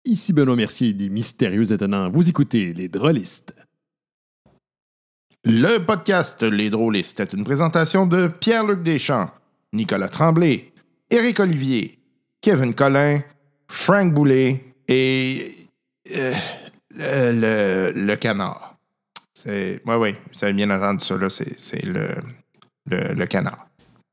ici Benoît Mercier des Mystérieux Étonnants. Vous écoutez Les Drôlistes. Le podcast Les Drôlistes est une présentation de Pierre-Luc Deschamps, Nicolas Tremblay, Éric Olivier, Kevin Collin, Frank Boulet et le canard. Oui, vous avez bien entendu ça, là, c'est le canard.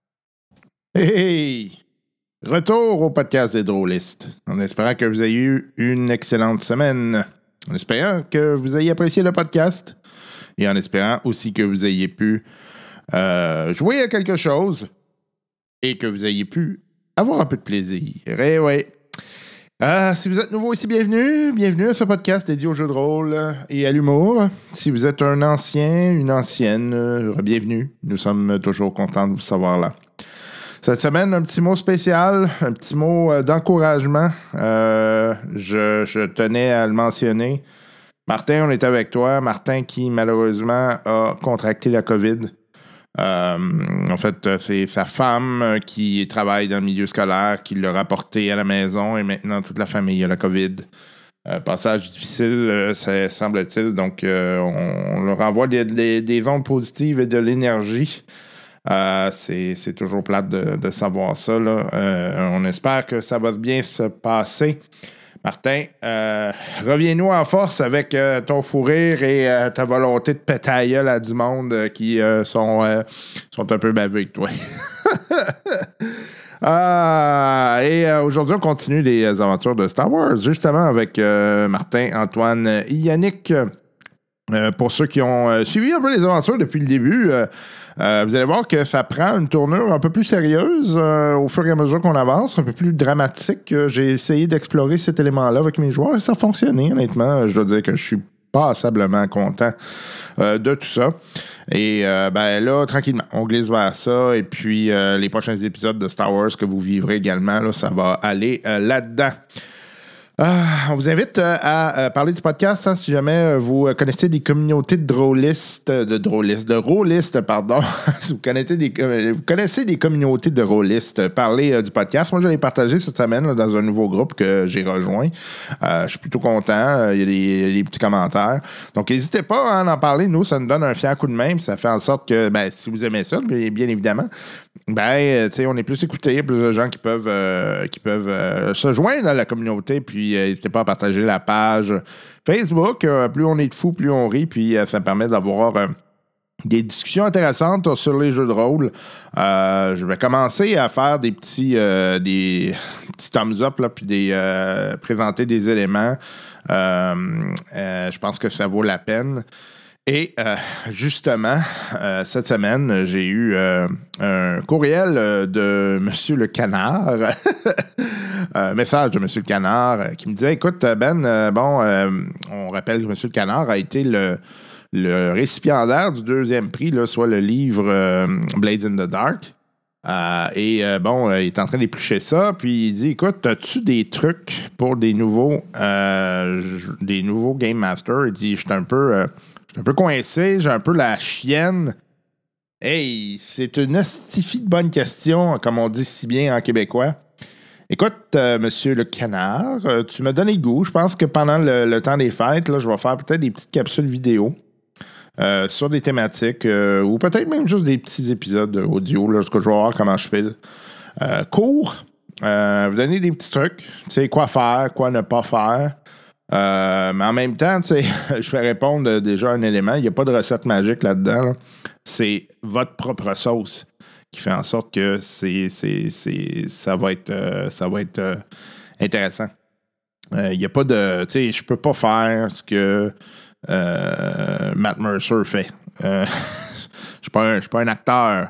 Hey! Retour au podcast des Drôlistes, en espérant que vous ayez eu une excellente semaine, en espérant que vous ayez apprécié le podcast et en espérant aussi que vous ayez pu jouer à quelque chose et que vous ayez pu avoir un peu de plaisir. Et ouais. Si vous êtes nouveau ici, bienvenue à ce podcast dédié aux jeux de rôle et à l'humour. Si vous êtes un ancien, une ancienne, bienvenue. Nous sommes toujours contents de vous savoir là. Cette semaine, un petit mot spécial, un petit mot d'encouragement. Je tenais à le mentionner. Martin, on est avec toi. Martin qui, malheureusement, a contracté la COVID. En fait, c'est sa femme qui travaille dans le milieu scolaire qui l'a rapporté à la maison et maintenant toute la famille a la COVID. Passage difficile, ça semble-t-il. Donc, on leur envoie des ondes positives et de l'énergie. C'est toujours plate de savoir ça, là. On espère que ça va bien se passer. Martin, reviens-nous en force avec ton fou rire et ta volonté de péter la gueule à du monde qui sont un peu baveux avec toi. Aujourd'hui, on continue les aventures de Star Wars, justement avec Martin, Antoine, Yannick. Pour ceux qui ont suivi un peu les aventures depuis le début, vous allez voir que ça prend une tournure un peu plus sérieuse au fur et à mesure qu'on avance, un peu plus dramatique. J'ai essayé d'explorer cet élément-là avec mes joueurs et ça a fonctionné, honnêtement. Je dois dire que je suis passablement content de tout ça. Et là, tranquillement, on glisse vers ça. Et puis, les prochains épisodes de Star Wars que vous vivrez également, là, ça va aller là-dedans. On vous invite à parler du podcast si jamais vous connaissez des communautés de rôlistes. Si vous connaissez des communautés de rôlistes, parlez du podcast. Moi, je l'ai partagé cette semaine là, dans un nouveau groupe que j'ai rejoint. Je suis plutôt content. Il y a des petits commentaires. Donc, n'hésitez pas à en parler. Nous, ça nous donne un fier coup de main. Ça fait en sorte que, si vous aimez ça, bien évidemment, on est plus écouté. Il y a plus de gens qui peuvent se joindre à la communauté. Puis, n'hésitez pas à partager la page Facebook. Plus on est de fous, plus on rit. Puis, ça me permet d'avoir des discussions intéressantes sur les jeux de rôle. Je vais commencer à faire des petits thumbs up, là, puis présenter des éléments. Je pense que ça vaut la peine. Et justement, cette semaine, j'ai eu un courriel de M. Le Canard, un message de M. Le Canard qui me disait, écoute, Ben, on rappelle que M. Le Canard a été le récipiendaire du 2e prix, là, soit le livre Blades in the Dark. Il est en train d'éplucher ça, puis il dit, écoute, as-tu des trucs pour des nouveaux Game Masters? Il dit, je suis un peu coincé, j'ai un peu la chienne. Hey, c'est une estifie de bonne question, comme on dit si bien en québécois. Écoute, Monsieur Le Canard, tu m'as donné le goût. Je pense que pendant le temps des fêtes, là, je vais faire peut-être des petites capsules vidéo sur des thématiques ou peut-être même juste des petits épisodes audio. Là, je vais voir comment je file. Court, vous donner des petits trucs. Tu sais, quoi faire, quoi ne pas faire. Mais en même temps, tu sais, je vais répondre déjà à un élément. Il n'y a pas de recette magique là-dedans. Là. C'est votre propre sauce qui fait en sorte que ça va être intéressant. Il n'y a pas de... Tu sais, je peux pas faire ce que Matt Mercer fait. Je suis pas un acteur.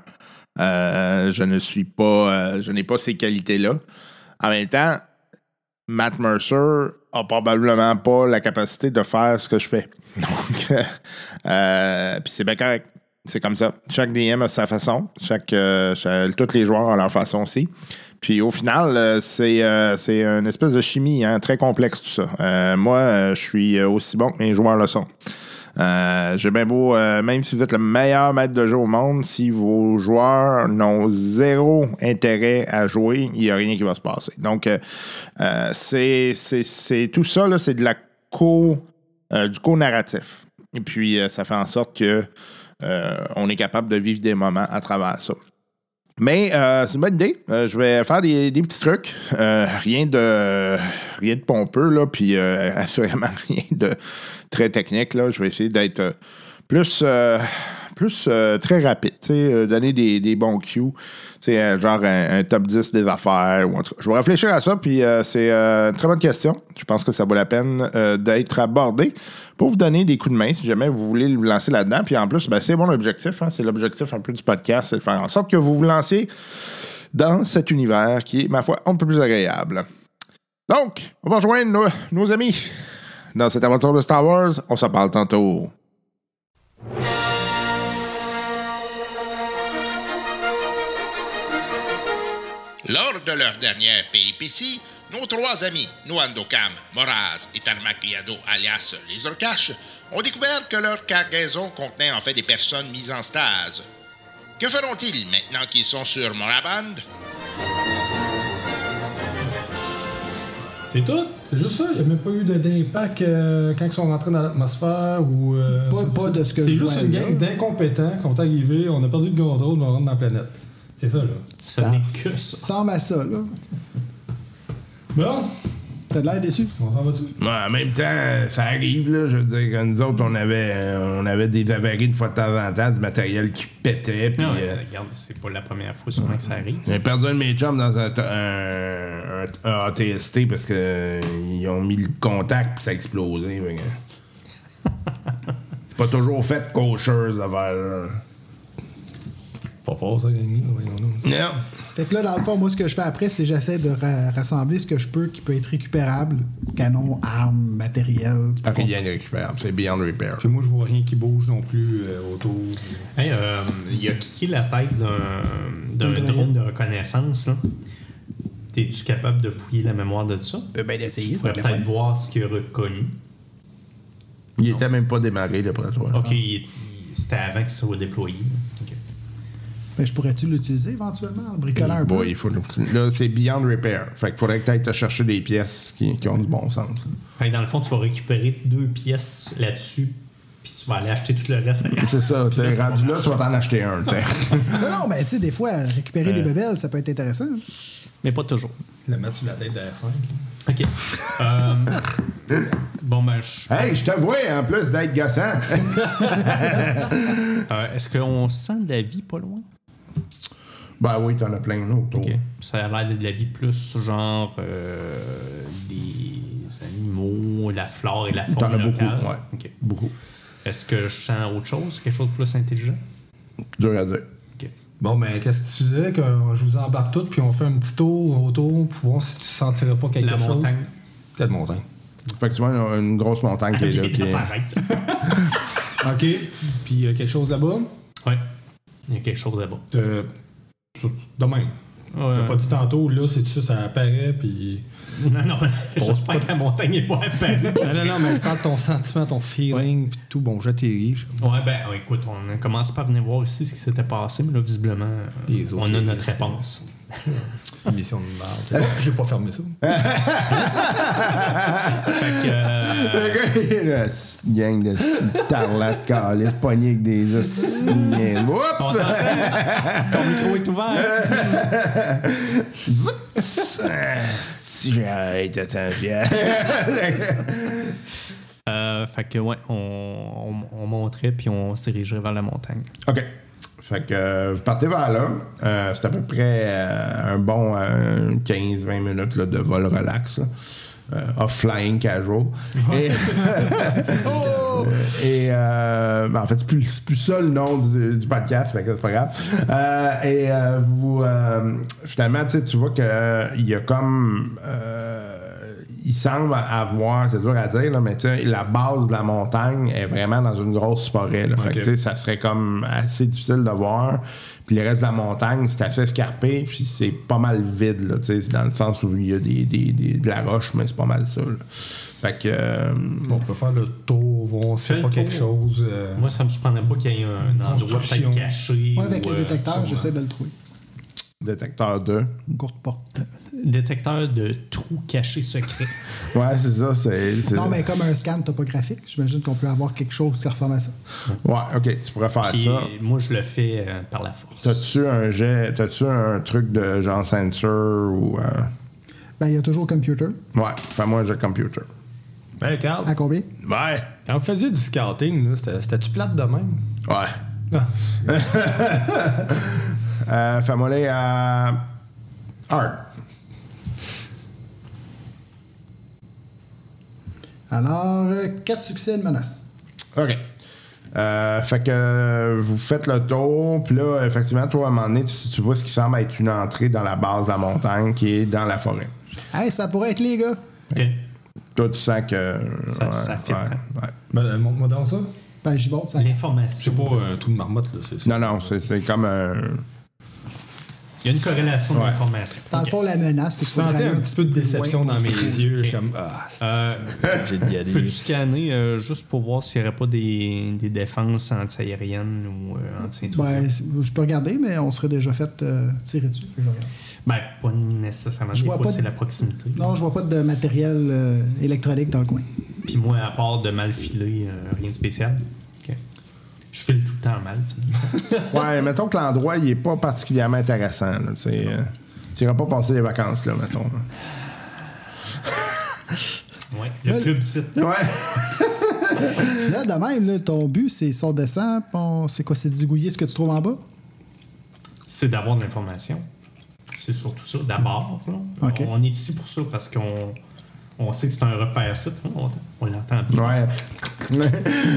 Je n'ai pas ces qualités-là. En même temps, Matt Mercer a probablement pas la capacité de faire ce que je fais. Donc, puis c'est bien correct. C'est comme ça. Chaque DM a sa façon. Tous les joueurs ont leur façon aussi. Puis au final, c'est une espèce de chimie très complexe tout ça. Moi, je suis aussi bon que mes joueurs le sont. J'ai bien beau, même si vous êtes le meilleur maître de jeu au monde, si vos joueurs n'ont zéro intérêt à jouer, il n'y a rien qui va se passer. Donc, c'est tout ça, là, c'est de la du co-narratif. Et puis, ça fait en sorte que on est capable de vivre des moments à travers ça. Mais c'est une bonne idée. Je vais faire des petits trucs. Rien de pompeux, là, puis assurément rien de très technique. Là. Je vais essayer d'être plus très rapide. Donner des bons cues. Genre un top 10 des affaires. Ou en tout cas, je vais réfléchir à ça, puis c'est une très bonne question. Je pense que ça vaut la peine d'être abordé pour vous donner des coups de main si jamais vous voulez vous lancer là-dedans. Puis en plus, c'est mon objectif. C'est l'objectif un peu du podcast, c'est de faire en sorte que vous vous lanciez dans cet univers qui est, ma foi, un peu plus agréable. Donc, on va rejoindre nos amis dans cette aventure de Star Wars. On s'en parle tantôt. Lors de leur dernière péripétie, nos trois amis, Nuando Cam, Moraz et Tarmac-Liado, alias les Orcaches, ont découvert que leur cargaison contenait en fait des personnes mises en stase. Que feront-ils maintenant qu'ils sont sur Moraband? C'est tout. C'est juste ça. Il n'y a même pas eu d'impact quand ils sont rentrés dans l'atmosphère ou... pas de ce que c'est je juste vois une là. gang d'incompétents qui sont arrivés, on a perdu le contrôle, on rentre dans la planète. C'est ça, là. Ça n'est que ça. ressemble à ça, là. Bon, T'as de l'air déçu. on s'en va dessus. Ouais, en même temps, ça arrive, là. Je veux dire, que nous autres, on avait des avaries de fois de temps en temps, du matériel qui pétait. Puis, Non, regarde, c'est pas la première fois souvent que ça arrive. j'ai perdu un de mes chums dans un ATST parce qu'ils ont mis le contact puis ça a explosé. C'est pas toujours fait kosher, cette affaire-là. Pas fort, ça, gang. Voyons-nous. Non. Fait que là, dans le fond, moi, ce que je fais après, c'est j'essaie de rassembler ce que je peux qui peut être récupérable. Canon, armes, matériel. Rien n'est récupérable. C'est beyond repair. Puis moi, je vois rien qui bouge non plus autour. Hey, il a kické la tête d'un Un drone de reconnaissance. Là. T'es-tu capable de fouiller la mémoire de ça? Je peux bien essayer. Tu pourrais peut-être voir ce qu'il a reconnu. Il était même pas démarré, d'après toi. OK, c'était avant qu'il soit déployé. OK. Ben, je pourrais-tu l'utiliser éventuellement en bricolant un peu? Il faut là, c'est beyond repair. Fait qu'il faudrait que tu ailles te chercher des pièces qui ont du bon sens. Fait que dans le fond, tu vas récupérer 2 pièces là-dessus, puis tu vas aller acheter tout le reste ailleurs. C'est ça. Puis là, ça Rendu va là, tu vas t'en acheter un. t'sais. Non, mais tu sais, des fois, récupérer des bébelles, ça peut être intéressant. Mais pas toujours. La mettre sur la tête de R5. OK. Bon, ben, Hey, je t'avoue, en plus d'être gossant. est-ce qu'on sent de la vie pas loin? Ben oui, t'en as plein autour. OK. Ça a l'air de la vie plus genre des animaux, la flore et la faune T'en as beaucoup, locale. ouais. OK. Beaucoup. Est-ce que je sens autre chose? Quelque chose de plus intelligent? Dur à dire. OK. Bon, ben, qu'est-ce que tu disais? Que je vous embarque toutes, puis on fait un petit tour autour pour voir si tu sentirais pas quelque La chose. montagne. Peut-être montagne. Effectivement, il y a une grosse montagne qui est là. Qui est... Arrête. OK. Puis il y a quelque chose là-bas. Oui. Il y a quelque chose là-bas. De même. Ouais. T'as pas dit tantôt, là, c'est ça, ça apparaît, puis... Non, j'espère que la montagne n'est pas apparue. non, mais je parle de ton sentiment, ton feeling, puis tout. Bon, j'atterris. Ouais, ben, écoute, on a commencé par venir voir ici ce qui s'était passé, mais là, visiblement, Les autres, on a les- notre réponse. C'est une mission de merde. J'ai pas fermé ça. Fait que... La gang de tarlates calices pognés avec des ossignés. on Oups! t'entend. Ton micro est ouvert. Si j'arrête, attends, Pierre. Fait que, ouais, on monterait puis on se dirigerait vers la montagne. OK. Fait que vous partez vers là. C'est à peu près un bon 15-20 minutes là, de vol relax. Off-flying casual. Et ben, en fait, c'est plus ça le nom du podcast, fait que c'est pas grave. Vous finalement, tu vois qu'il y a comme il semble avoir, c'est dur à dire, là, mais tu sais, la base de la montagne est vraiment dans une grosse forêt. Là. Fait que, tu sais, ça serait comme assez difficile de voir. Puis le reste de la montagne, c'est assez escarpé, puis c'est pas mal vide, là, tu sais, dans le sens où il y a de la roche, mais c'est pas mal ça. Là. Fait que... On peut faire le tour, voir s'il n'y a pas quelque chose. Moi, ça me surprendrait pas qu'il y ait un endroit peut-être caché. Ouais, avec le détecteur, j'essaie de le trouver. Détecteur 2. Une courte porte. Détecteur de trous cachés secrets. Ouais, c'est ça. C'est... Non, mais comme un scan topographique, j'imagine qu'on peut avoir quelque chose qui ressemble à ça. Ouais, OK, tu pourrais faire Puis, ça. moi, je le fais par la force. T'as-tu un truc de genre sensor ou... Ben, il y a toujours computer. Ouais, fais-moi un jeu de computer. Ben, Carl, À combien? Ouais. quand on faisait du scouting, là, c'était-tu plate de même? Ouais. Ah. Fais-moi les à... Hard. Alors, 4 succès de menace. OK. Fait que vous faites le tour, puis là, effectivement, toi, à un moment donné, tu vois ce qui semble être une entrée dans la base de la montagne qui est dans la forêt. Hey, ça pourrait être les gars. OK. Toi, tu sens que... Ça fit, hein. ouais. Ben, montre-moi dans ça. Ben, j'y monte ça. L'information. C'est pas un tout de marmotte, là. C'est ça. Non, c'est comme un... Il y a une corrélation d'information. Dans le fond, la menace, c'est Je qu'il faudrait sentais aller un petit peu de plus déception loin dans mes pour se yeux. trouver. Je suis comme, J'ai d'y aller. Peux-tu scanner juste pour voir s'il n'y aurait pas des défenses anti-aériennes ou anti-intrusion? Ben, je peux regarder, mais on serait déjà fait tirer dessus. Je regarde. Ben, pas nécessairement. Je Des vois fois, pas c'est de- la proximité. Non, je vois pas de matériel électronique dans le coin. Puis moi, à part de mal filer, rien de spécial. OK. Je file tout le temps mal. finalement. Ouais, mettons que l'endroit, il est pas particulièrement intéressant. Là, tu n'iras pas passer les vacances, là, mettons. Là. Ouais. Le club site. Ouais. Là, de même, là, ton but, c'est si on descend, c'est quoi? C'est de zigouiller ce que tu trouves en bas? C'est d'avoir de l'information. C'est surtout ça, d'abord. Là. OK. On est ici pour ça parce qu'on sait que c'est un repère site. Hein, on l'entend bien. Ouais.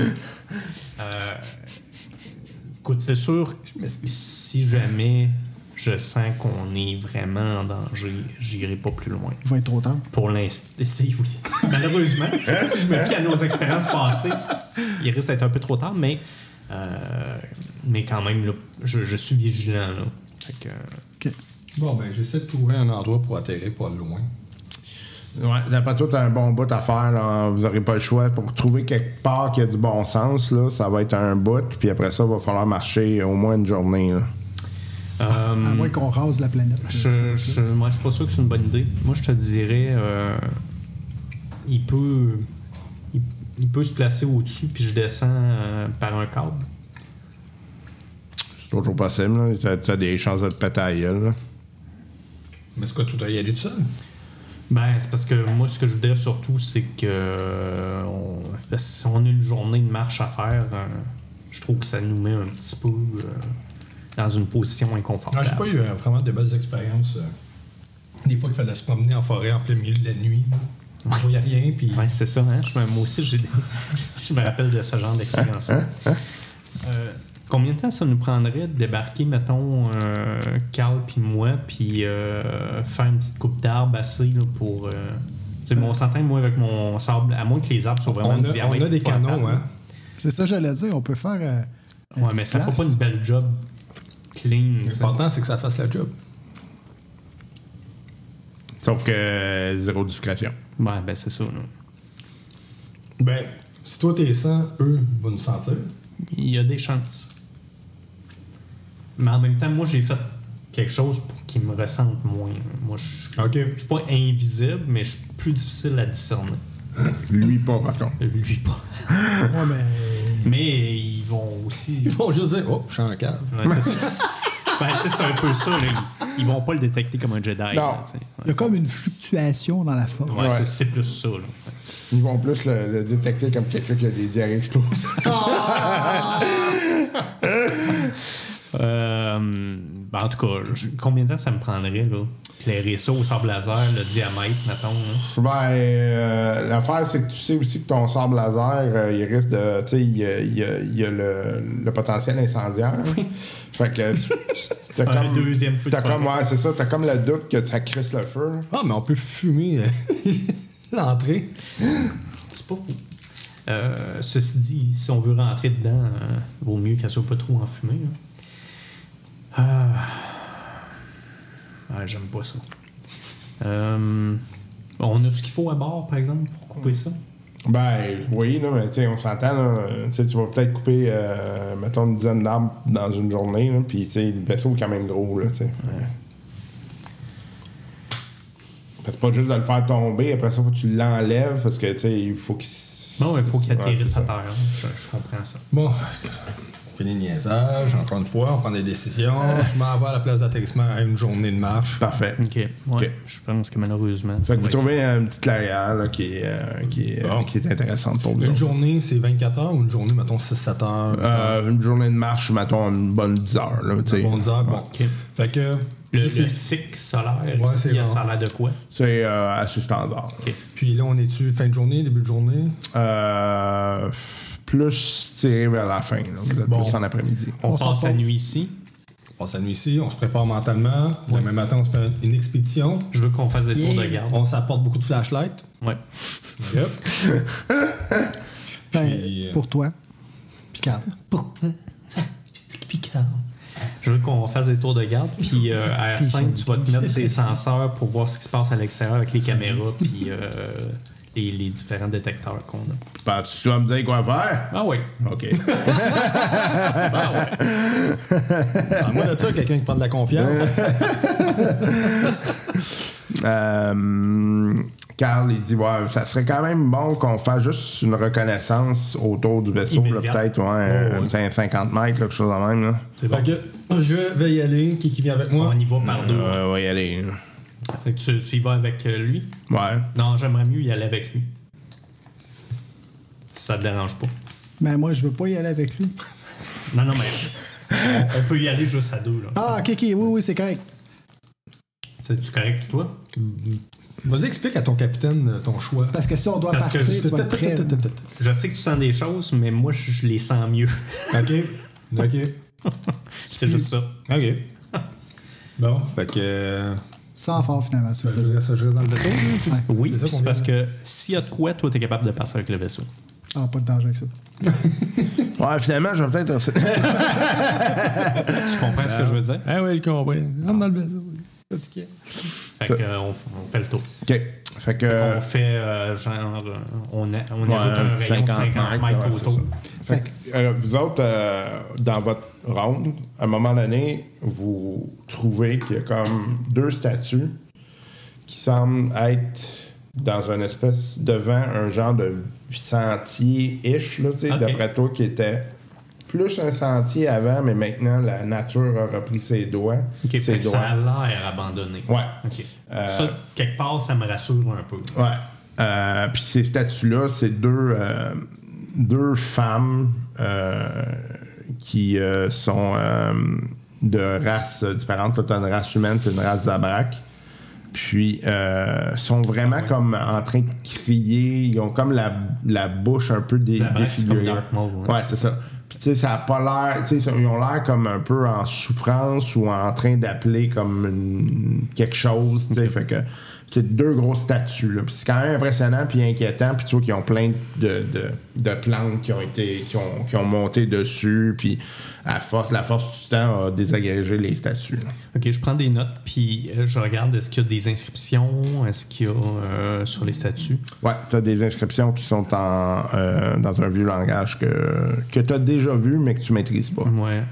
Écoute, c'est sûr, si jamais je sens qu'on est vraiment en danger, j'irai pas plus loin. Il va être trop tard. Pour l'instant, oui. Malheureusement, si je me fie à nos expériences passées, il risque d'être un peu trop tard, mais quand même, là, je suis vigilant. Là. Fait que, Bon, ben, j'essaie de trouver un endroit pour atterrir pas loin. Ouais, d'après toi, t'as un bon bout à faire. Là. Vous n'aurez pas le choix. Pour trouver quelque part qui a du bon sens, là, ça va être un bout. Puis après ça, il va falloir marcher au moins une journée. Là. À moins qu'on rase la planète. moi, je suis pas sûr que c'est une bonne idée. Moi, je te dirais, il peut se placer au-dessus, puis je descends par un câble. C'est toujours possible. Tu as des chances de te péter à la gueule, là. Mais c'est quoi, tu dois y aller tout seul? Ben, c'est parce que moi, ce que je voudrais surtout, c'est que si on a une journée de marche à faire, je trouve que ça nous met un petit peu dans une position Non, inconfortable. j'ai pas eu vraiment de belles expériences. Des fois, il fallait se promener en forêt en plein milieu de la nuit. là. On ne voyait rien, puis... Ouais, c'est ça. Hein? Moi aussi, je me rappelle de ce genre d'expérience. Combien de temps ça nous prendrait de débarquer, mettons, Carl puis moi, puis faire une petite coupe d'arbres assez là, pour... on s'entend, moi, avec mon sable, à moins que les arbres soient vraiment on de diamètre a des potable, canons, là. hein? C'est ça, j'allais dire. On peut faire. Ouais, mais ça fera pas une belle job clean. ça. L'important, c'est que ça fasse la job. Sauf que zéro discrétion. Ouais, ben c'est ça. Là. Ben, si toi t'es sans, eux vont nous sentir. Il y a des chances. Mais en même temps, moi, j'ai fait quelque chose pour qu'ils me ressentent moins. Moi, OK. je suis pas invisible, mais je suis plus difficile à discerner. Lui, pas, par contre. Lui, pas. Ouais, mais. Mais ils vont aussi... Ils vont juste dire, oh, je suis en cave. Ouais, c'est ça. Ben, tu sais, c'est un peu ça. Là. Ils vont pas le détecter comme un Jedi. Là, tu sais. Il y a comme une fluctuation dans la force. Ouais, c'est plus ça. Là. Ils vont plus le détecter comme quelqu'un qui a des diarrhées explosives. Ben, en tout cas, combien de temps ça me prendrait, là? Éclairer ça au sable laser, le diamètre, mettons. Là? Ben, l'affaire, c'est que tu sais aussi que ton sable laser, il risque de. Tu sais, il y a le potentiel incendiaire. Oui. Fait que t'as Un comme. deuxième feu de T'as comme, forêt. ouais, c'est ça. T'as comme le doute que ça crisse le feu. Là. Ah, mais on peut fumer. L'entrée. C'est pas fou. Ceci dit, si on veut rentrer dedans, vaut mieux qu'elle soit pas trop enfumée. J'aime pas ça. On a ce qu'il faut à bord, par exemple, pour couper ça? Ben, oui, là, mais tu sais, on s'entend, là, tu vas peut-être couper, mettons, une dizaine d'arbres dans une journée, là, puis tu sais, le vaisseau est quand même gros, là, tu sais. Ouais. C'est pas juste de le faire tomber, après ça, faut que tu l'enlèves, parce que, tu sais, il faut qu'il... Non, il faut qu'il atterrisse à terre. Je comprends ça. Bon, fini le niaisage. Encore une fois, on prend des décisions. Je m'en vais à la place d'atterrissement à une journée de marche. Parfait. OK. Ouais, okay. Je pense que malheureusement... Fait que vous trouvez une petite clairière là, qui est intéressante pour vous. Une journée, c'est 24 heures ou une journée, mettons, 6-7 heures? Une journée de marche, mettons, une bonne 10 heures. Là, une bonne 10 heures, bon. OK. Fait que... Le cycle solaire, ça a l'air de quoi? C'est assez standard. Okay. Puis là, on est-tu fin de journée, début de journée? Plus tiré vers la fin. Là. Vous êtes plus en après-midi. On passe la nuit ici. On passe la nuit ici, on se prépare mentalement. Ouais. Demain matin, on se fait une expédition. Je veux qu'on fasse des tours de garde. On s'apporte beaucoup de flashlights. Ouais. Puis, pour toi, Picard. Pour toi, Picard. Je veux qu'on fasse des tours de garde, puis à R5, tu vas te mettre des senseurs pour voir ce qui se passe à l'extérieur avec les caméras, puis les différents détecteurs qu'on a. Tu vas me dire quoi faire? Ah oui. OK. Ah ouais. Moi, de ça, quelqu'un qui prend de la confiance. Carl, il dit ça serait quand même bon qu'on fasse juste une reconnaissance autour du vaisseau, là, peut-être 50 mètres, quelque chose de même. Là. C'est bon. Okay. Je vais y aller. Qui vient avec moi? On y va par deux. On va y aller. Fait que tu y vas avec lui? Ouais. Non, j'aimerais mieux y aller avec lui. Si ça te dérange pas. Ben moi, je veux pas y aller avec lui. Non, mais on peut y aller juste à deux. Là. Ah, OK, oui, c'est correct. C'est-tu correct pour toi? Vas-y, explique à ton capitaine ton choix. C'est parce que si on doit partir, tu vas être prêt. Je sais que tu sens des choses, mais moi, je les sens mieux. OK. C'est juste ça. OK. Bon, fait que... Sans fort, finalement. Je reste dans le vaisseau. Oui, c'est parce que s'il y a de quoi, toi, t'es capable de passer avec le vaisseau. Ah, pas de danger avec ça. Ouais, finalement, je vais peut-être... Tu comprends ce que je veux dire? Ah oui, je comprends. Rentre dans le vaisseau. Fait qu'on fait le tour. OK. Fait que... On fait on ajoute un rayon de 50 mètres autour. Fait que, vous autres, dans votre ronde, à un moment donné, vous trouvez qu'il y a comme deux statues qui semblent être dans une espèce devant un genre de sentier-ish, là, tu sais, d'après toi, qui était plus un sentier avant, mais maintenant, la nature a repris ses doigts. OK, ses doigts. Ça a l'air abandonné. Ouais. OK. Ça, quelque part, ça me rassure un peu. Ouais. Puis ces statues-là, c'est deux femmes qui sont de races différentes. Là, t'as une race humaine, t'as une race Zabrak. Puis, sont vraiment comme en train de crier. Ils ont comme la bouche un peu défigurée. Dark Maul, ouais, c'est ça. Puis, tu sais, ça a pas l'air... Tu sais, ils ont l'air comme un peu en souffrance ou en train d'appeler comme quelque chose, tu sais. Fait que c'est deux grosses statues, là. Puis c'est quand même impressionnant puis inquiétant. Puis tu vois qu'ils ont plein de plantes qui ont monté dessus. Puis la force du temps a désagrégé les statues, là. OK, je prends des notes, puis je regarde, est-ce qu'il y a des inscriptions? Est-ce qu'il y a sur les statues? Ouais, tu as des inscriptions qui sont dans un vieux langage que tu as déjà vu, mais que tu maîtrises pas. Ouais.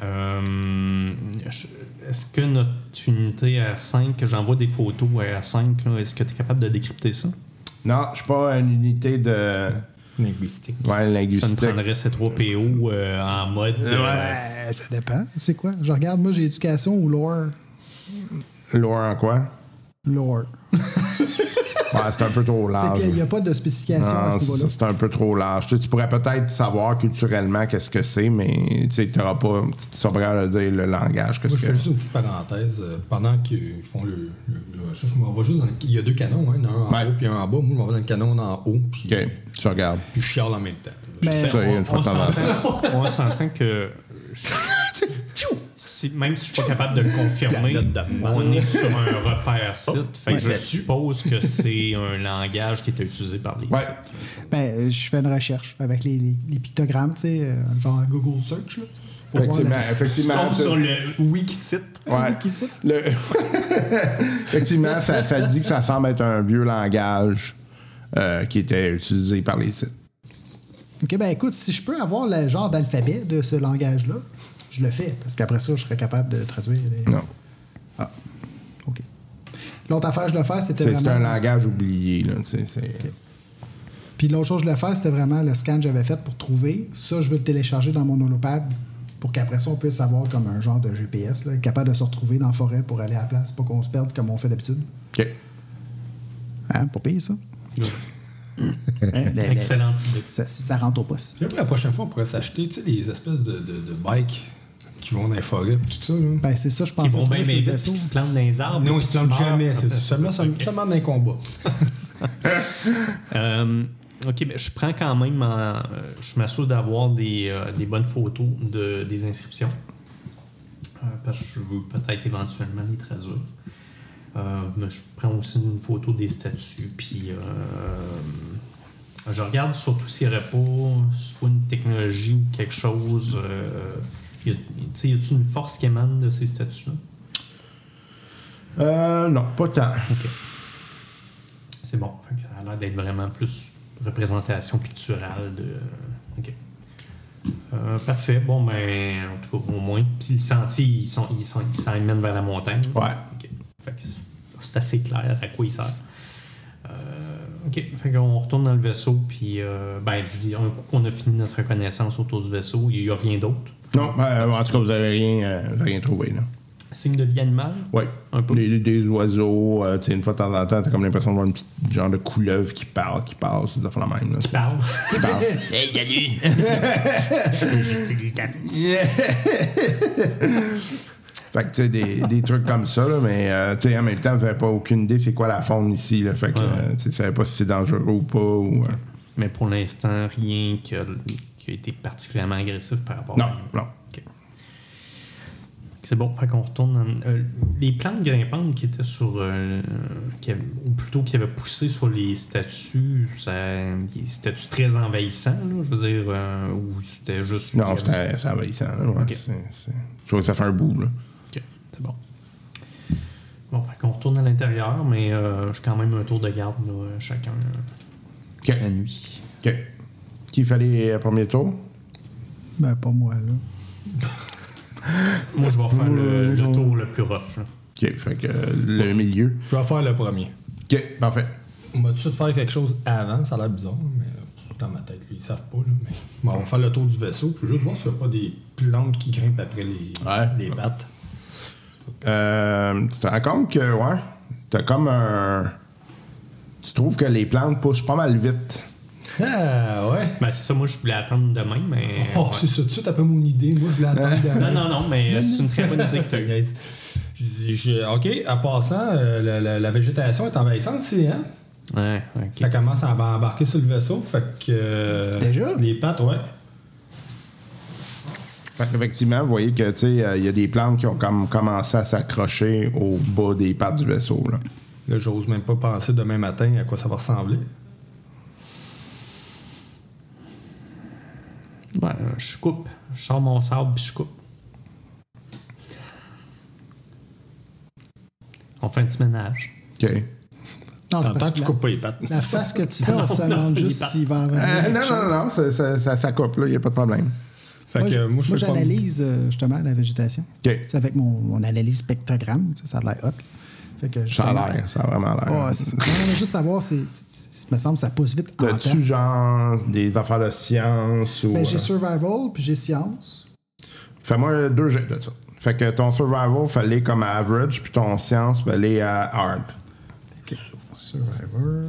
Est-ce que notre unité R5, que j'envoie des photos à R5, là, est-ce que tu es capable de décrypter ça? Non, je suis pas une unité de... Linguistique. Ouais, linguistique. Ça me prendrait C3PO en mode... Ouais, ça dépend. C'est quoi? Je regarde, moi, j'ai éducation ou lore? Lore en quoi? Lore. Ouais, c'est un peu trop large. C'est qu'il n'y a pas de spécification à ce niveau-là. C'est un peu trop large. Tu pourrais peut-être savoir culturellement qu'est-ce que c'est, mais tu n'auras pas... Tu saurais le dire le langage. Moi, je fais juste une petite parenthèse. Pendant qu'ils font le recherche, je m'en vais juste dans il y a deux canons, hein, un en haut puis un en bas. Moi, je m'en vais dans le canon en haut. Puis, OK, tu regardes. Puis je chiale en même temps. Mais ça, une fois de temps en temps. On s'entend que... même si je suis pas capable de le confirmer, on est sur un repère site. Fait que je suppose que c'est un langage qui était utilisé par les sites. Ben, je fais une recherche avec les pictogrammes, tu sais, genre Google Search, là. Effectivement. Tu tombes sur le Wikisite. Ouais. Effectivement, ça dit que ça semble être un vieux langage qui était utilisé par les sites. OK, ben écoute, si je peux avoir le genre d'alphabet de ce langage-là, je le fais, parce qu'après ça, je serais capable de traduire. Non. Ah, OK. L'autre affaire que je voulais faire, c'était vraiment... C'est un langage oublié, là. Okay. Puis l'autre chose que je voulais faire, c'était vraiment le scan que j'avais fait pour trouver. Ça, je veux le télécharger dans mon holopad pour qu'après ça, on puisse avoir comme un genre de GPS, là, capable de se retrouver dans la forêt pour aller à la place, pas qu'on se perde comme on fait d'habitude. OK. Hein, pas pire, ça? Excellente idée. Ça rentre au poste. Puis la prochaine fois, on pourrait s'acheter les espèces de bikes qui vont dans les forêts et tout ça. Là. Ben, c'est ça, je pense. Qui vont bien vite, qui se plantent dans les arbres. Non, ils se plantent jamais. C'est seulement dans les combats. OK, mais je prends quand même... je m'assure d'avoir des bonnes photos des inscriptions. Parce que je veux peut-être éventuellement les traduire. Mais je prends aussi une photo des statuts. Puis je regarde surtout s'il n'y aurait pas soit une technologie ou quelque chose... y a-t-il une force qui émane de ces statuts-là? Non, pas tant. OK. C'est bon. Fait que ça a l'air d'être vraiment plus représentation picturale de... OK. Parfait. Bon, ben, en tout cas, au moins. Puis les sentiers, ils s'emmènent vers la montagne. Ouais. OK. Fait que c'est assez clair à quoi il sert. OK. Fait qu'on retourne dans le vaisseau, puis, ben, je dis, un coup qu'on a fini notre reconnaissance autour du vaisseau, il n'y a rien d'autre. Non, en tout cas, vous n'avez rien trouvé, là. Signe de vie animale? Oui. Un peu. Des oiseaux, tu sais, une fois de temps en temps, t'as comme l'impression de voir un petit genre de couleuvre qui passe, c'est la même. Là, Qui parle. Hey, salut! J'utilise la Fait que, tu sais, des trucs comme ça, là, mais, tu sais, en même temps, vous n'avez pas aucune idée c'est quoi la faune ici, là. Fait que, tu sais, savez pas si c'est dangereux ou pas. Ou, Mais pour l'instant, rien qui a été particulièrement agressif par rapport à... Non. OK. C'est bon, fait qu'on retourne dans... les plantes grimpantes qui étaient sur... ou plutôt qui avaient poussé sur les statues, des statues très envahissantes, là, je veux dire, ou c'était juste... Non, c'est envahissant, là, ouais. Okay. Je vois que ça fait un bout, là. OK, c'est bon. Bon, fait qu'on retourne à l'intérieur, mais je suis quand même un tour de garde, là, chacun, la nuit. OK. Qui fait les premiers tours? Ben, pas moi, là. Moi, je vais faire le tour le plus rough. Là. OK, fait que le milieu. Je vais faire le premier. OK, parfait. On va tout de suite faire quelque chose avant, ça a l'air bizarre, mais dans ma tête, là, ils savent pas. Là, mais... bon, on va faire le tour du vaisseau, puis juste voir s'il n'y a pas des plantes qui grimpent après les pattes. Tu te rends compte que, ouais, t'as comme un... Tu trouves que les plantes poussent pas mal vite. Ah, ouais. Ben, c'est ça, moi, je voulais attendre demain, mais... Oh, ouais. C'est ça, tout de suite, t'as pas mon idée. Moi, je voulais attendre demain. Non, mais c'est une très bonne idée que tu as eue. OK, en passant, la végétation est envahissante ici, hein? Ouais, OK. Ça commence à embarquer sur le vaisseau, fait que... Déjà? Les pattes, ouais. Fait qu'effectivement, vous voyez que, tu sais, il y a des plantes qui ont comme commencé à s'accrocher au bas des pattes du vaisseau, là. Là, j'ose même pas penser demain matin à quoi ça va ressembler. Ben, je coupe. Je sors mon sable puis je coupe. On fait un petit ménage. OK. Non, c'est Tant parce que tu coupes pas les pattes. la face que tu fais, on se demande juste s'il va en revenir. Non, ça coupe, là, il n'y a pas de problème. Fait que moi, je fais pas... j'analyse justement la végétation. OK. C'est avec mon analyse spectrogramme, ça a l'air hot. Fait que Ça a l'air, ça a vraiment l'air. Ouais, c'est ça. Non, mais juste savoir, il me semble que ça pousse vite en temps. As-tu genre des affaires de science ou... Ben, j'ai survival puis j'ai science. Fais-moi 2 jets de ça. Fait que ton survival fallait comme à average, puis ton science fallait à hard. Okay. Survivor,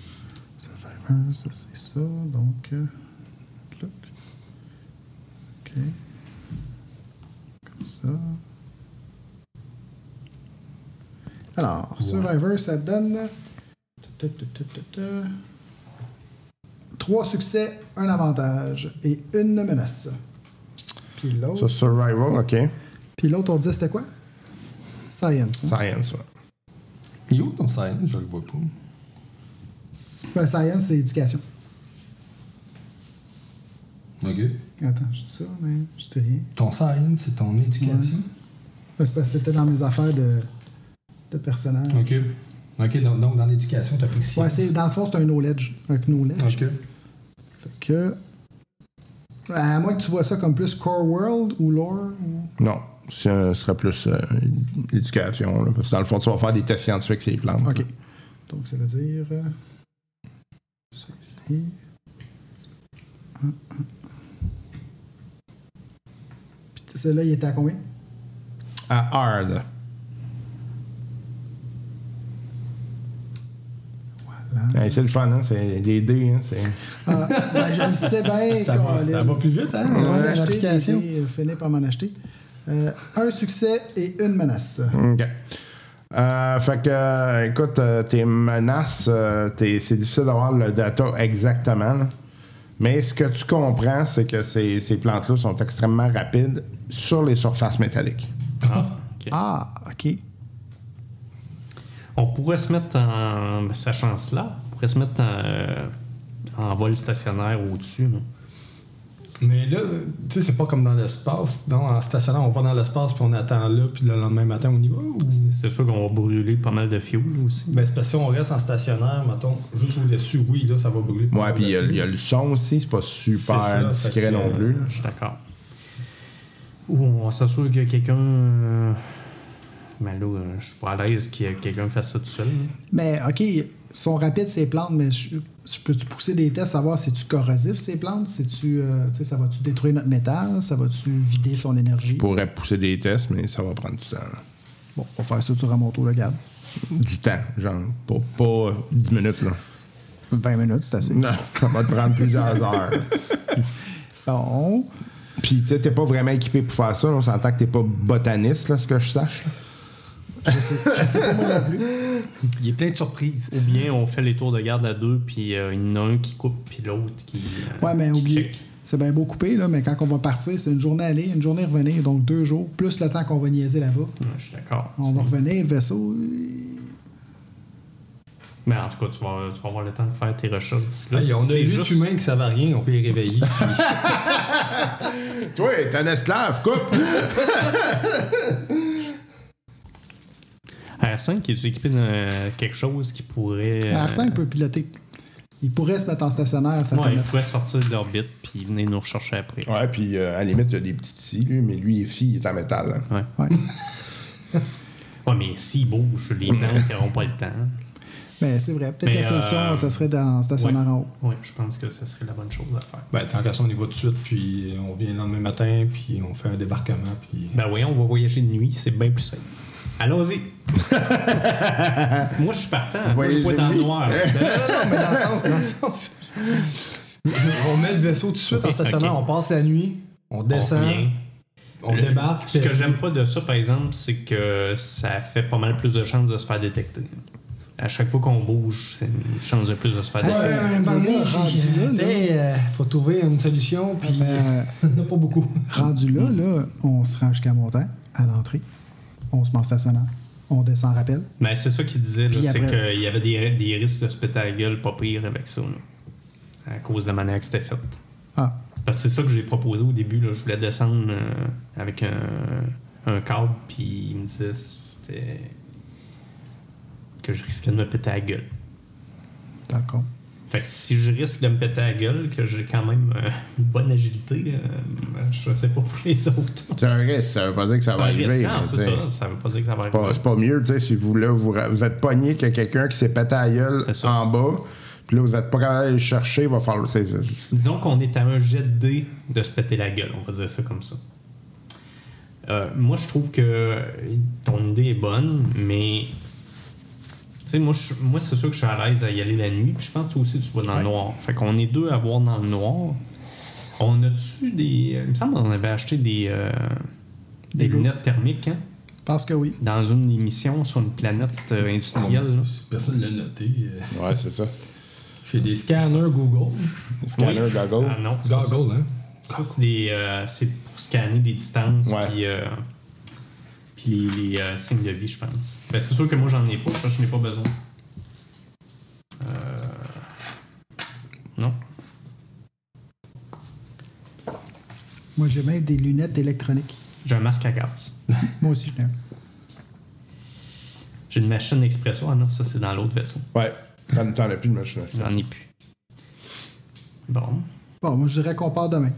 ça c'est ça, donc... Look. OK. Comme ça. Alors, Survivor, ça donne... 3 succès, 1 avantage et 1 menace. Puis l'autre... Ça, survival, OK. Puis l'autre, on dit c'était quoi? Science. Hein? Science, ouais. Il est où ton science? Je le vois pas. Ben, science, c'est éducation. OK. Attends, je dis ça, mais je dis rien. Ton science, c'est ton éducation? Ben, c'est parce que c'était dans mes affaires de personnage. OK. OK, donc dans l'éducation, t'as pris science. Ouais, dans le fond, c'est un knowledge. Un knowledge. OK. Fait que... À moins que tu vois ça comme plus core world ou lore. Ou... Non, ce serait plus l'éducation. Là, parce que dans le fond, tu vas faire des tests scientifiques sur les plantes. OK. Là. Donc, ça veut dire... ça ici... Puis celui-là, il était à combien? À hard. Voilà. Hey, c'est le fun, hein? C'est des dés, hein? C'est... Ben, je le sais bien. Ça va plus vite, hein? On va en Ouais, acheter l'application. finir par m'en acheter. Un succès et une menace. OK. Fait que, écoute, tes menaces, c'est difficile d'avoir le data exactement. Là. Mais ce que tu comprends, c'est que ces plantes-là sont extrêmement rapides sur les surfaces métalliques. OK. Ah, OK. On pourrait se mettre en... Sachant cela, on pourrait se mettre en vol stationnaire au-dessus. Là. Mais là, tu sais, c'est pas comme dans l'espace. Non, en stationnaire, on va dans l'espace puis on attend là, puis le lendemain matin, on y va. Ou... C'est sûr qu'on va brûler pas mal de fuel aussi. Ben, c'est parce que si on reste en stationnaire, mettons, juste au-dessus, oui, là, ça va brûler. Ouais, puis il y a le son aussi, c'est pas super C'est ça, discret fait que, non plus. Je suis d'accord. Ou on s'assure que quelqu'un... Mais là, je suis pas à l'aise que quelqu'un fasse ça tout seul. Là. Mais, OK, sont rapides ces plantes, mais je peux-tu pousser des tests, savoir c'est-tu corrosif ces plantes? C'est-tu, ça va-tu détruire notre métal? Ça va-tu vider son énergie? Je pourrais pousser des tests, mais ça va prendre du temps. Là. Bon, on va faire ça sur un moto, le garde. Du temps, genre, pas 10 minutes, là. 20 minutes, c'est assez. Non, ça va te prendre plusieurs heures. Bon. Puis, tu sais, t'es pas vraiment équipé pour faire ça. On s'entend que t'es pas botaniste, là, ce que je sache. Là. Je sais pas moi non plus. Il y a plein de surprises. Ou bien on fait les tours de garde à deux, puis il y en a un qui coupe, puis l'autre qui... Ouais, mais qui oubliez, check. c'est bien beau coupé, là, mais quand on va partir, c'est une journée aller, une journée revenir, donc 2 jours, plus le temps qu'on va niaiser là-bas. Ouais, je suis d'accord. On va revenir, le vaisseau. Mais en tout cas, tu vas avoir le temps de faire tes recherches d'ici là. Hey, on a C'est 8 humains qui savent à rien, on peut les réveiller. Toi, t'es un esclave, coupe! R5, es-tu équipé de quelque chose qui pourrait... R5 peut piloter. Il pourrait se mettre en stationnaire, ça Ouais, il permet. pourrait sortir de l'orbite puis venir nous rechercher après. Ouais, puis à la limite, il y a des petits scies, lui, mais lui, il est en métal. Hein. Ouais. Ouais. Ouais, mais s'il bouge, les plantes n'auront pas le temps. Mais c'est vrai. Peut-être Mais, que la solution, ça serait dans stationnaire en haut. Oui, je pense que ce serait la bonne chose à faire. Ben, tant qu'à ça, on y va tout de suite, puis on vient le lendemain matin, puis on fait un débarquement, puis... Ben oui, on va voyager de nuit, c'est bien plus safe. Allons-y! Moi, je suis partant. Moi, je vois dans le noir. Non, mais dans le sens... on met le vaisseau tout de suite en stationnaire, Ok. on passe la nuit, on descend, revient. on débarque. Ce que j'aime pas de ça, par exemple, c'est que ça fait pas mal plus de chances de se faire détecter. À chaque fois qu'on bouge, c'est une chance de plus de se faire détecter. Faut trouver une solution, puis il n'y en a pas beaucoup. Rendu là, on se rend jusqu'à Montagne, à l'entrée. On se met en stationnaire. On descend en rappel. Mais c'est ça qu'il disait, là, Puis c'est après- qu'il y avait des risques de se péter la gueule pas pire avec ça, là, à cause de la manière que c'était fait. Ah, Parce que c'est ça que j'ai proposé au début. Là. Je voulais descendre avec un câble, puis il me disait c'était que je risquais de me péter la gueule. d'accord. Fait que si je risque de me péter la gueule, que j'ai quand même une bonne agilité, je sais pas pour les autres. C'est un risque, ça veut pas dire que ça C'est va un arriver. risque, mais hein, c'est t'sais, ça. Ça veut pas dire que ça va arriver. c'est pas mieux, tu sais, si vous, là, vous êtes pogné qu'il y a quelqu'un qui s'est pété à la gueule C'est ça. en bas, puis là, vous êtes pas capable d'aller le chercher, il va falloir... Disons qu'on est à un jet de dés de se péter la gueule, on va dire ça comme ça. Moi, je trouve que ton idée est bonne, mais tu sais, moi, c'est sûr que je suis à l'aise à y aller la nuit, puis je pense que toi aussi, tu vas dans le noir. Fait qu'on est deux à voir dans le noir. On a-tu des... Il me semble qu'on avait acheté des lunettes thermiques, hein? Parce que oui. Dans une émission sur une planète industrielle. là. Personne ne l'a noté. Ouais, c'est ça. J'ai des scanners Google. Scanner, Oui. goggle. Ah non, c'est pas ça. Goggle, hein? Ça, c'est pour scanner les distances. Ouais. Puis, Puis les signes de vie, je pense. Ben, c'est sûr que moi, j'en ai pas, parce que je n'ai pas besoin. Non. Moi, j'ai même des lunettes électroniques. J'ai un masque à gaz. Moi aussi, je l'ai. J'ai une machine expresso. Ah non, ça, c'est dans l'autre vaisseau. Ouais. T'en as plus de machine à J'en ai plus. Bon. Bon, moi, je dirais qu'on part demain.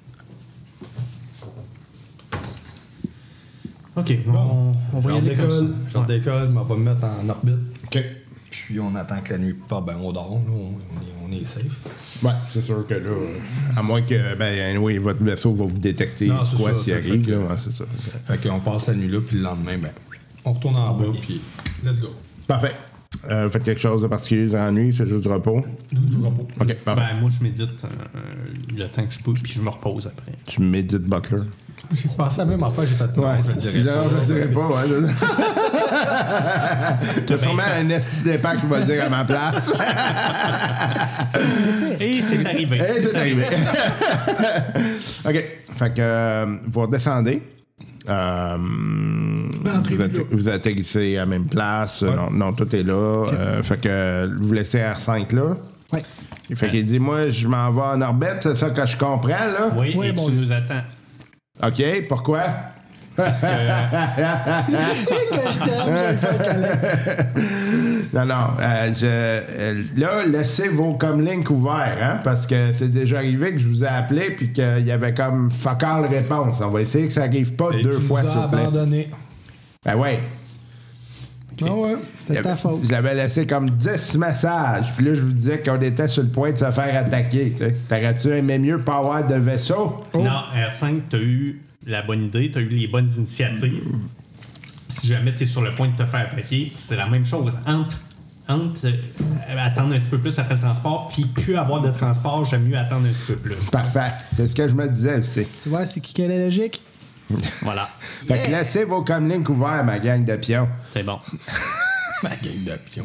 OK, bon, on va y aller comme ça. Genre Ouais. d'école, mais on va me mettre en orbite. OK. Puis on attend que la nuit parte, ben on dort, là, on est safe. Ouais, c'est sûr que là, à moins que, anyway, votre vaisseau va vous détecter Non, c'est quoi ça, s'il ça arrive, fait que- là. Ouais, c'est ça. Fait qu'on passe la nuit là, puis le lendemain, ben, on retourne en bas, puis let's go. Parfait. Faites quelque chose de particulier dans la nuit, c'est juste du repos. Du repos. OK, parfait. Ben, moi, je médite le temps que je peux, puis je me repose après. Tu médites Butler. J'ai pensé à la même affaire, j'ai fait non, je dirais pas. Non, je dirais pas, ouais. T'as sûrement un esti d'épais qui va le dire à ma place. Et c'est arrivé. Et c'est arrivé. OK. Fait que vous redescendez. Vous atterrissez à la même place. Ouais. Non, tout est là. Fait que vous laissez R5 là. Oui. Fait qu'il dit, moi, je m'en vais en orbite, c'est ça que je comprends, là? Oui, Oui, et bon tu Dieu. nous attends. OK, pourquoi? Parce que Que je t'aime, j'ai fait un câlin. Non, là, laissez vos comlinks ouverts, hein, parce que c'est déjà arrivé que je vous ai appelé puis qu'il y avait comme fuck all réponse. On va essayer que ça arrive pas Et 2 tu fois, nous as s'il vous plaît. abandonné. Ben ouais. Ah ouais. C'est ta faute. Je l'avais laissé comme 10 messages. Puis là, je vous disais qu'on était sur le point de se faire attaquer. Tu sais. T'aurais-tu aimé mieux pas avoir de vaisseau? non, R5, t'as eu la bonne idée, t'as eu les bonnes initiatives. Si jamais t'es sur le point de te faire attaquer, c'est la même chose. Entre attendre un petit peu plus après le transport, puis plus avoir de transport, j'aime mieux attendre un petit peu plus. Parfait. C'est ce que je me disais aussi. Tu vois, c'est qui quelle est la logique? Voilà, Fait que laissez vos comlinks ouverts, ma gang de pions. c'est bon. Ma gang de pions.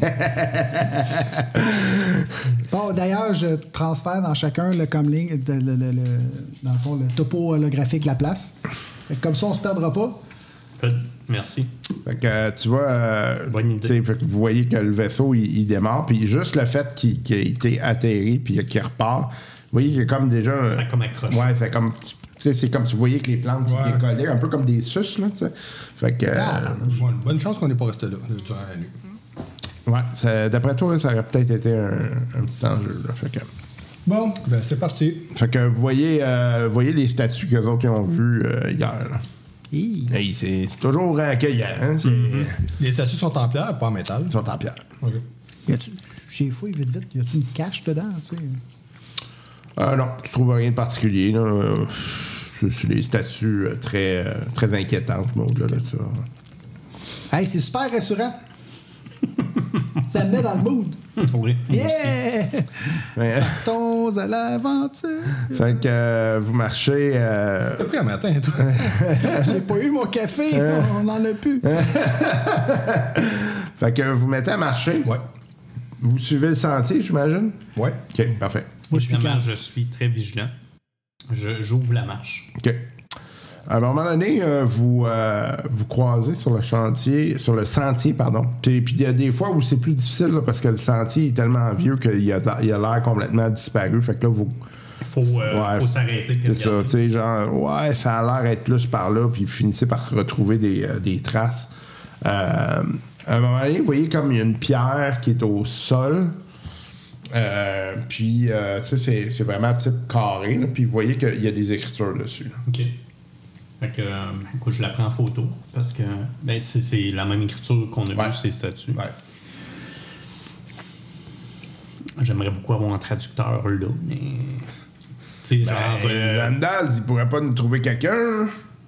Bon, d'ailleurs, je transfère dans chacun le comlink, dans le fond, le topo holographique de la place. Fait que comme ça, on se perdra pas. Good. Merci. Fait que tu vois, Bonne idée. tu sais, fait que vous voyez que le vaisseau il démarre, puis juste le fait qu'il ait été atterri puis qu'il repart, vous voyez qu'il y a comme déjà. Ça a comme accroché. Ouais, c'est comme. Tu sais, c'est comme si vous voyez que les plantes qui Ouais. décollaient, un peu comme des suces, là, tu sais. Fait que. Bon, bonne chance qu'on n'est pas resté là durant la nuit. Ouais, d'après toi, ça aurait peut-être été un petit enjeu, là. Fait que. Bon, ben c'est parti. Fait que vous voyez les statues qu'eux autres ont vues hier, là. Hey, c'est toujours accueillant, hein? Les statues sont en pierre, pas en métal. Ils sont en pierre. OK. J'ai fouillé vite. Y a-tu une cache dedans, tu sais? Non, tu trouves rien de particulier, là. C'est des statues très inquiétantes, mais au-delà de ça. Hey, c'est super rassurant. Ça me met dans le mood. Oui, moi aussi. Yeah! Ouais. Partons à l'aventure. Fait que vous marchez. T'as pris un matin, toi? J'ai pas eu mon café, on en a plus. Fait que vous mettez à marcher. Ouais. Vous suivez le sentier, j'imagine? Ouais. OK, parfait. Moi, je suis Évidemment, calme. je suis très vigilant. J'ouvre la marche. OK. À un moment donné, vous croisez sur le sentier, pardon. Puis il y a des fois où c'est plus difficile là, parce que le sentier est tellement vieux qu'il a l'air complètement disparu. Fait que là, vous. Il faut s'arrêter. puis C'est ça, regarder. tu sais, genre, ouais, ça a l'air être plus par là, puis vous finissez par retrouver des traces. À un moment donné, vous voyez comme il y a une pierre qui est au sol. Puis, tu sais, c'est vraiment type carré, là, puis vous voyez qu'il y a des écritures dessus. Là. OK. Fait que, écoute, je la prends en photo parce que ben, c'est la même écriture qu'on a Ouais. vu sur ces statues. Ouais. J'aimerais beaucoup avoir un traducteur là, mais. Tu sais, genre. Zandaz, il pourrait pas nous trouver quelqu'un.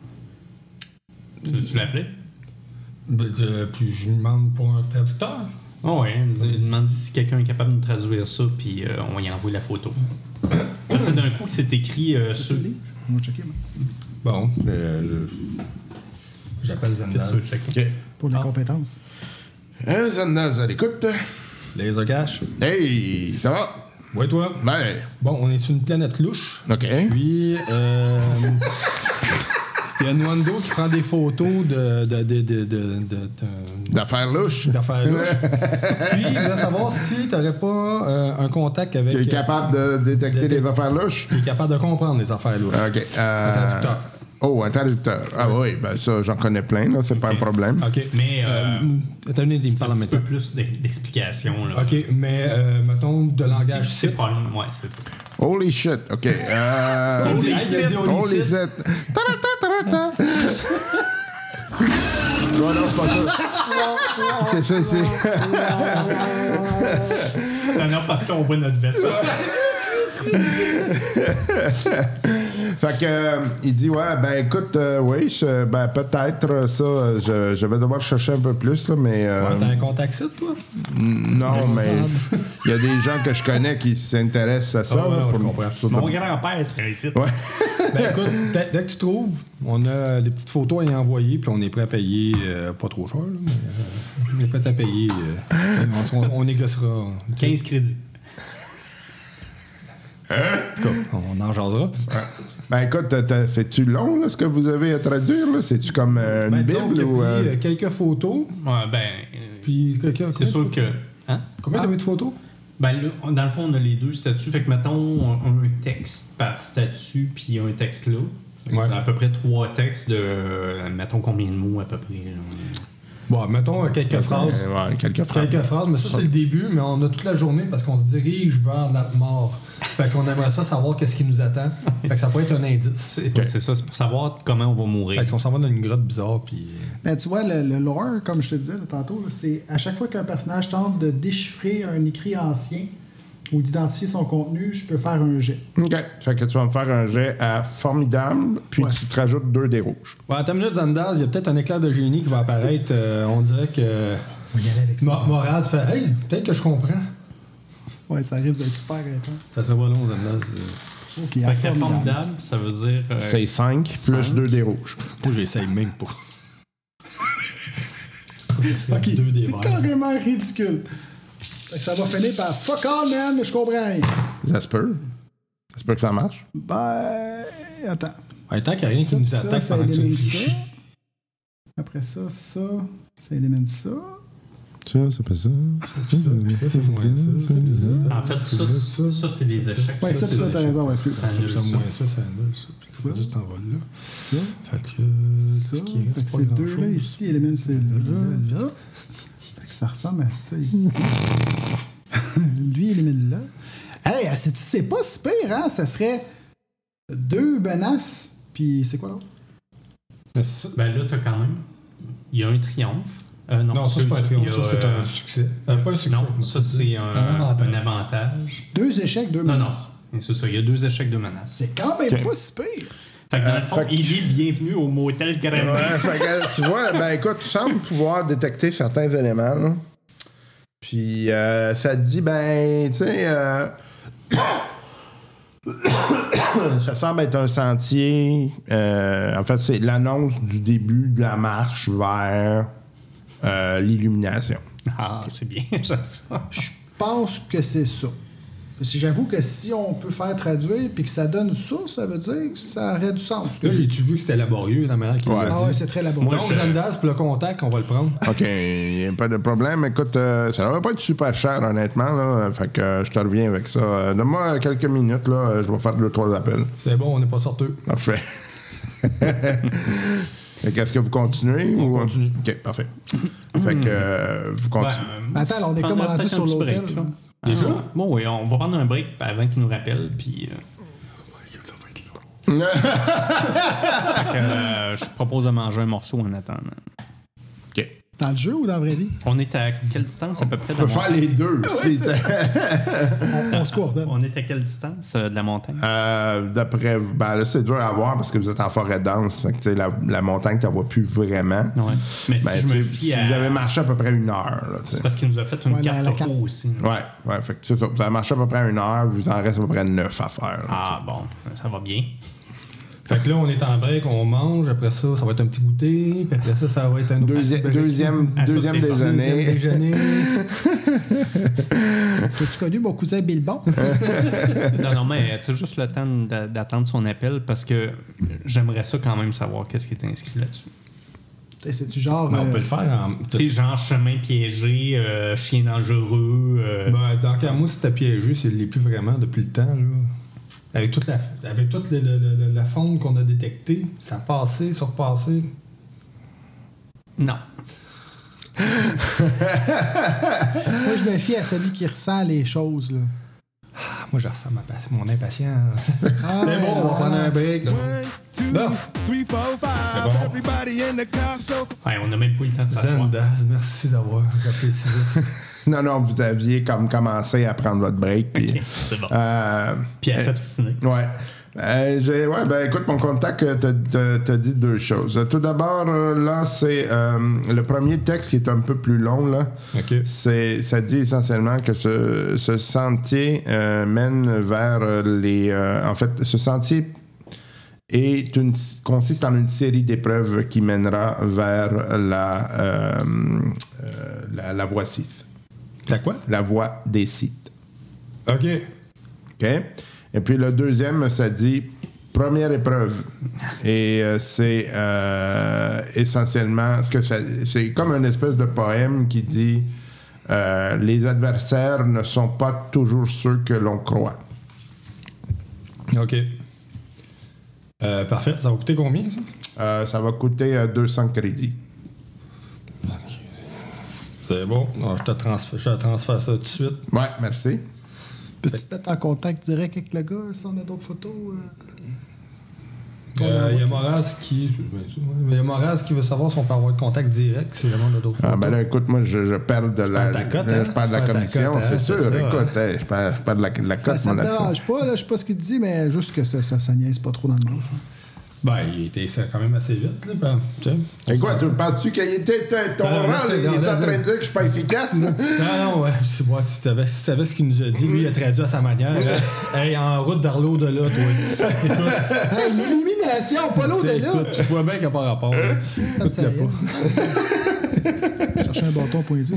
Tu l'appelais? Puis je lui demande pour un traducteur. Oh, ouais. Demande si quelqu'un est capable de nous traduire ça, puis on y envoie la photo. C'est d'un coup que c'est écrit sur. On va checker, moi. Bon, j'appelle Qu'est-ce que tu veux Zandaz. checker? OK. Pour des compétences. Zandaz, à l'écoute. Laser cache. Hey, ça va? Ouais, toi? Ben, Bon, on est sur une planète louche. OK. Puis, Il y a Nwando qui prend des photos D'affaires louches. d'affaires louches. Puis, il veut savoir si tu n'aurais pas un contact avec... Qui est capable de détecter les affaires louches. Qui est capable de comprendre les affaires louches. OK. Traducteur. Oh, un traducteur. Ah oui, ben ça, j'en connais plein, là. C'est pas un problème. OK. Mais Attends, il me parle en un même petit temps. peu plus d'explications. Là. OK, mais mettons de langage C'est site. pas long. Ouais, c'est ça. Holy shit. OK. Il dit, il a dit Holy shit. shit. Ta-da-ta-ta-ta. Non, non, c'est pas ça. C'est ça, ici. Non, parce qu'on voit notre vaisseau. Fait que, il dit, ouais, ben écoute, oui, ben peut-être ça, je vais devoir chercher un peu plus, là, mais... Ouais, t'as un contact site, toi? non, mais il y a des gens que je connais qui s'intéressent à ça. Ah ouais, là, non, pour je comprends. sur- Mon grand-père, c'était un site. Ouais. Ben écoute, dès que tu trouves, on a des petites photos à y envoyer, puis on est prêt à payer, pas trop cher, là, mais on est prêt à payer. On négociera. 15 crédits. En tout cas, on en jasera. Ben écoute, c'est-tu long, là, ce que vous avez à traduire? Là? C'est-tu comme une Ben, disons Bible qu'il ou... a pris quelques photos, Ouais, ben. puis... C'est sûr que. Hein? Combien t'as mis de photos? Ben là, dans le fond, on a les deux statuts. Fait que mettons un texte par statut, puis un texte là. Ouais. C'est à peu près 3 textes de. Mettons combien de mots à peu près. Là. Bon, mettons quelques phrases. Ouais, quelques phrases. Quelques phrases, mais ça, c'est le début, mais on a toute la journée parce qu'on se dirige vers la mort. Fait qu'on aimerait ça savoir qu'est-ce qui nous attend. Fait que ça peut être un indice. C'est ça, c'est pour savoir comment on va mourir. Fait qu'on s'en va dans une grotte bizarre, puis... Ben, tu vois, le lore, comme je te disais là, tantôt, là, c'est à chaque fois qu'un personnage tente de déchiffrer un écrit ancien ou d'identifier son contenu, je peux faire un jet. OK. Fait que tu vas me faire un jet à formidable, puis Ouais. tu te rajoutes 2 dés rouges. Bon, attends une minute, Zandaz, il y a peut-être un éclair de génie qui va apparaître. On dirait que... On va y aller avec ça. Moraz fait « Hey, peut-être que je comprends. Ouais, ça risque d'être super intense. » Ça se va long, Zandaz. Ok, Fait que formidable, ça veut dire. C'est 5 plus 2 dés rouges. Moi, j'essaye même pas. Ok, Deux des c'est verts. carrément ridicule. Fait que ça va finir par fuck all, man, mais je comprends rien. Ça se peut. Ça se peut que ça marche. Ben, attends. En tant qu'il n'y a rien qui nous attaque ça pendant que tu élimine réfléchis. ça. Après ça élimine ça. Ça, c'est pas ça. En fait, ça c'est des échecs. Ouais, ça, t'as raison, ouais, excuse. Ça annule Ça, ça. moins ça, ça annule ça. Puis ça, juste en vol là. Ça, Fait que... ça. ce qui Fait reste que pas ces grand-chose. deux-là ici éliminent ces là. Fait que ça ressemble à ça ici. Lui, il élimine là. Hey, c'est pas si pire, hein? Ça serait 2 menaces, puis c'est quoi l'autre? Ben là, t'as quand même. Il y a un triomphe. Non, ça, c'est pas un triomphe, il y ça, a, c'est un succès. Pas un succès. Non, ça, c'est un avantage. 2 échecs, 2 Non, non. menaces. C'est ça, il y a 2 échecs de menace. C'est quand même Ok. pas si pire. Fait que dans le fond, fait que- il est bienvenu au motel Granby. Ouais, fait que, tu vois, ben écoute, tu sembles pouvoir détecter certains éléments, là. Puis ça te dit, ben, tu sais, ça semble être un sentier. En fait, c'est l'annonce du début de la marche vers l'illumination. Ah, c'est bien, j'aime ça. Je pense que c'est ça. Parce que j'avoue que si on peut faire traduire puis que ça donne ça, ça veut dire que ça aurait du sens. Là, j'ai-tu vu que c'était laborieux, la manière qu'il Ouais. l'a Ah ouais, dit. c'est très laborieux. Moi, Donc, je- Zandaz, pour le contact, on va le prendre. OK, il n'y a pas de problème. Écoute, ça ne va pas être super cher, honnêtement, là. Fait que je te reviens avec ça. Donne-moi quelques minutes, là. Je vais faire 2-3 appels. C'est bon, on n'est pas sorteux. Parfait. Est-ce que vous continuez? On ou... continue. OK, parfait. Fait que vous continuez. Attends, là, on est comme Prendra rendu peut-être sur un petit l'hôtel. break, là. là. Déjà? Bon, oui, on va prendre un break avant qu'il nous rappelle, puis... Fait que, je propose de manger un morceau en attendant. OK. Dans le jeu ou dans la vraie vie? On est à quelle distance à peu près On de peut la faire montagne? les deux. On se coordonne. On est à quelle distance de la montagne? D'après, ben là, c'est dur à voir parce que vous êtes en forêt dense. Fait que, tu sais, la montagne, tu ne vois plus vraiment. Ouais. Mais Ben, si je me tu sais, fie si à... vous avez marché à peu près 1 heure. Là, tu sais. C'est parce qu'il nous a fait une Ouais, carte la carte. auto aussi. là. Ouais, fait que c'est ça. Vous avez marché à peu près 1 heure, vous en reste à peu près 9 à faire. là, Ah bon, ça va bien. Fait que là, on est en break, on mange. Après ça, ça va être un petit goûter. Puis après ça, ça va être un autre Deuxième À déjeuner. deuxième déjeuner. T'as-tu connu mon cousin Bilbon? Non, mais c'est juste le temps d'attendre son appel parce que j'aimerais ça quand même savoir qu'est-ce qui est inscrit là-dessus. C'est-tu genre... Mais on peut le faire en... Tu sais, genre chemin piégé, chien dangereux. Ben, dans le cas, moi, si t'as piégé, c'est l'est plus vraiment depuis le temps, là. Avec toute la faune qu'on a détectée, ça a passé, surpassé. Non. Moi, je me fie à celui qui ressent les choses, là. Ah, moi, je ressens mon impatience. Ah, C'est bon, on va prendre un break. Là. Bon. Ouais, on n'a même pas eu le temps de s'asseoir. Zendaz, merci d'avoir rappelé si vite. Non, vous aviez comme commencé à prendre votre break. Puis, Ok, c'est bon. Puis à s'obstiner. Ouais. Écoute, mon contact t'a dit deux choses. Tout d'abord, là, c'est le premier texte qui est un peu plus long, là. OK. Ça dit essentiellement que ce sentier mène vers les... en fait, ce sentier consiste en une série d'épreuves qui mènera vers la voie Sith. T'as quoi? La voie des Sith. OK. OK? Et puis le deuxième, ça dit première épreuve. Et c'est essentiellement c'est comme une espèce de poème qui dit les adversaires ne sont pas toujours ceux que l'on croit. OK. Parfait. Ça va coûter combien, ça? Ça va coûter 200 crédits. C'est bon. Non, je te transfère ça tout de suite. Ouais, merci. Peux-tu te mettre en contact direct avec le gars si on a d'autres photos? Il y a Moraz qui veut savoir si on peut avoir de contact direct si vraiment on a d'autres photos. Ah, ben là, écoute, moi, je perds de la... ta cote, hein? Je perds de la Tu perds ta commission, cote, hein? c'est sûr. C'est ça, Écoute, je perds de la cote, Ça mon me action. dérange pas, là, je sais pas ce qu'il te dit, mais juste que ça niaise pas trop dans le manche. Ben, il était quand même assez vite, là. Ben, Et quoi, tu penses-tu qu'il était ton Ben, rang, là, c'est- il est en non, train de dire que je suis pas efficace, là? non, ouais. Si tu savais ce qu'il nous a dit, lui, il a traduit à sa manière. Hey, en route vers l'au-delà, toi. Écoute, Hey, l'illumination, pas l'au-delà! écoute, tu vois bien qu'il n'y a pas rapport. là. Comme ça, Écoute-le pas. Chercher un bâton pointu.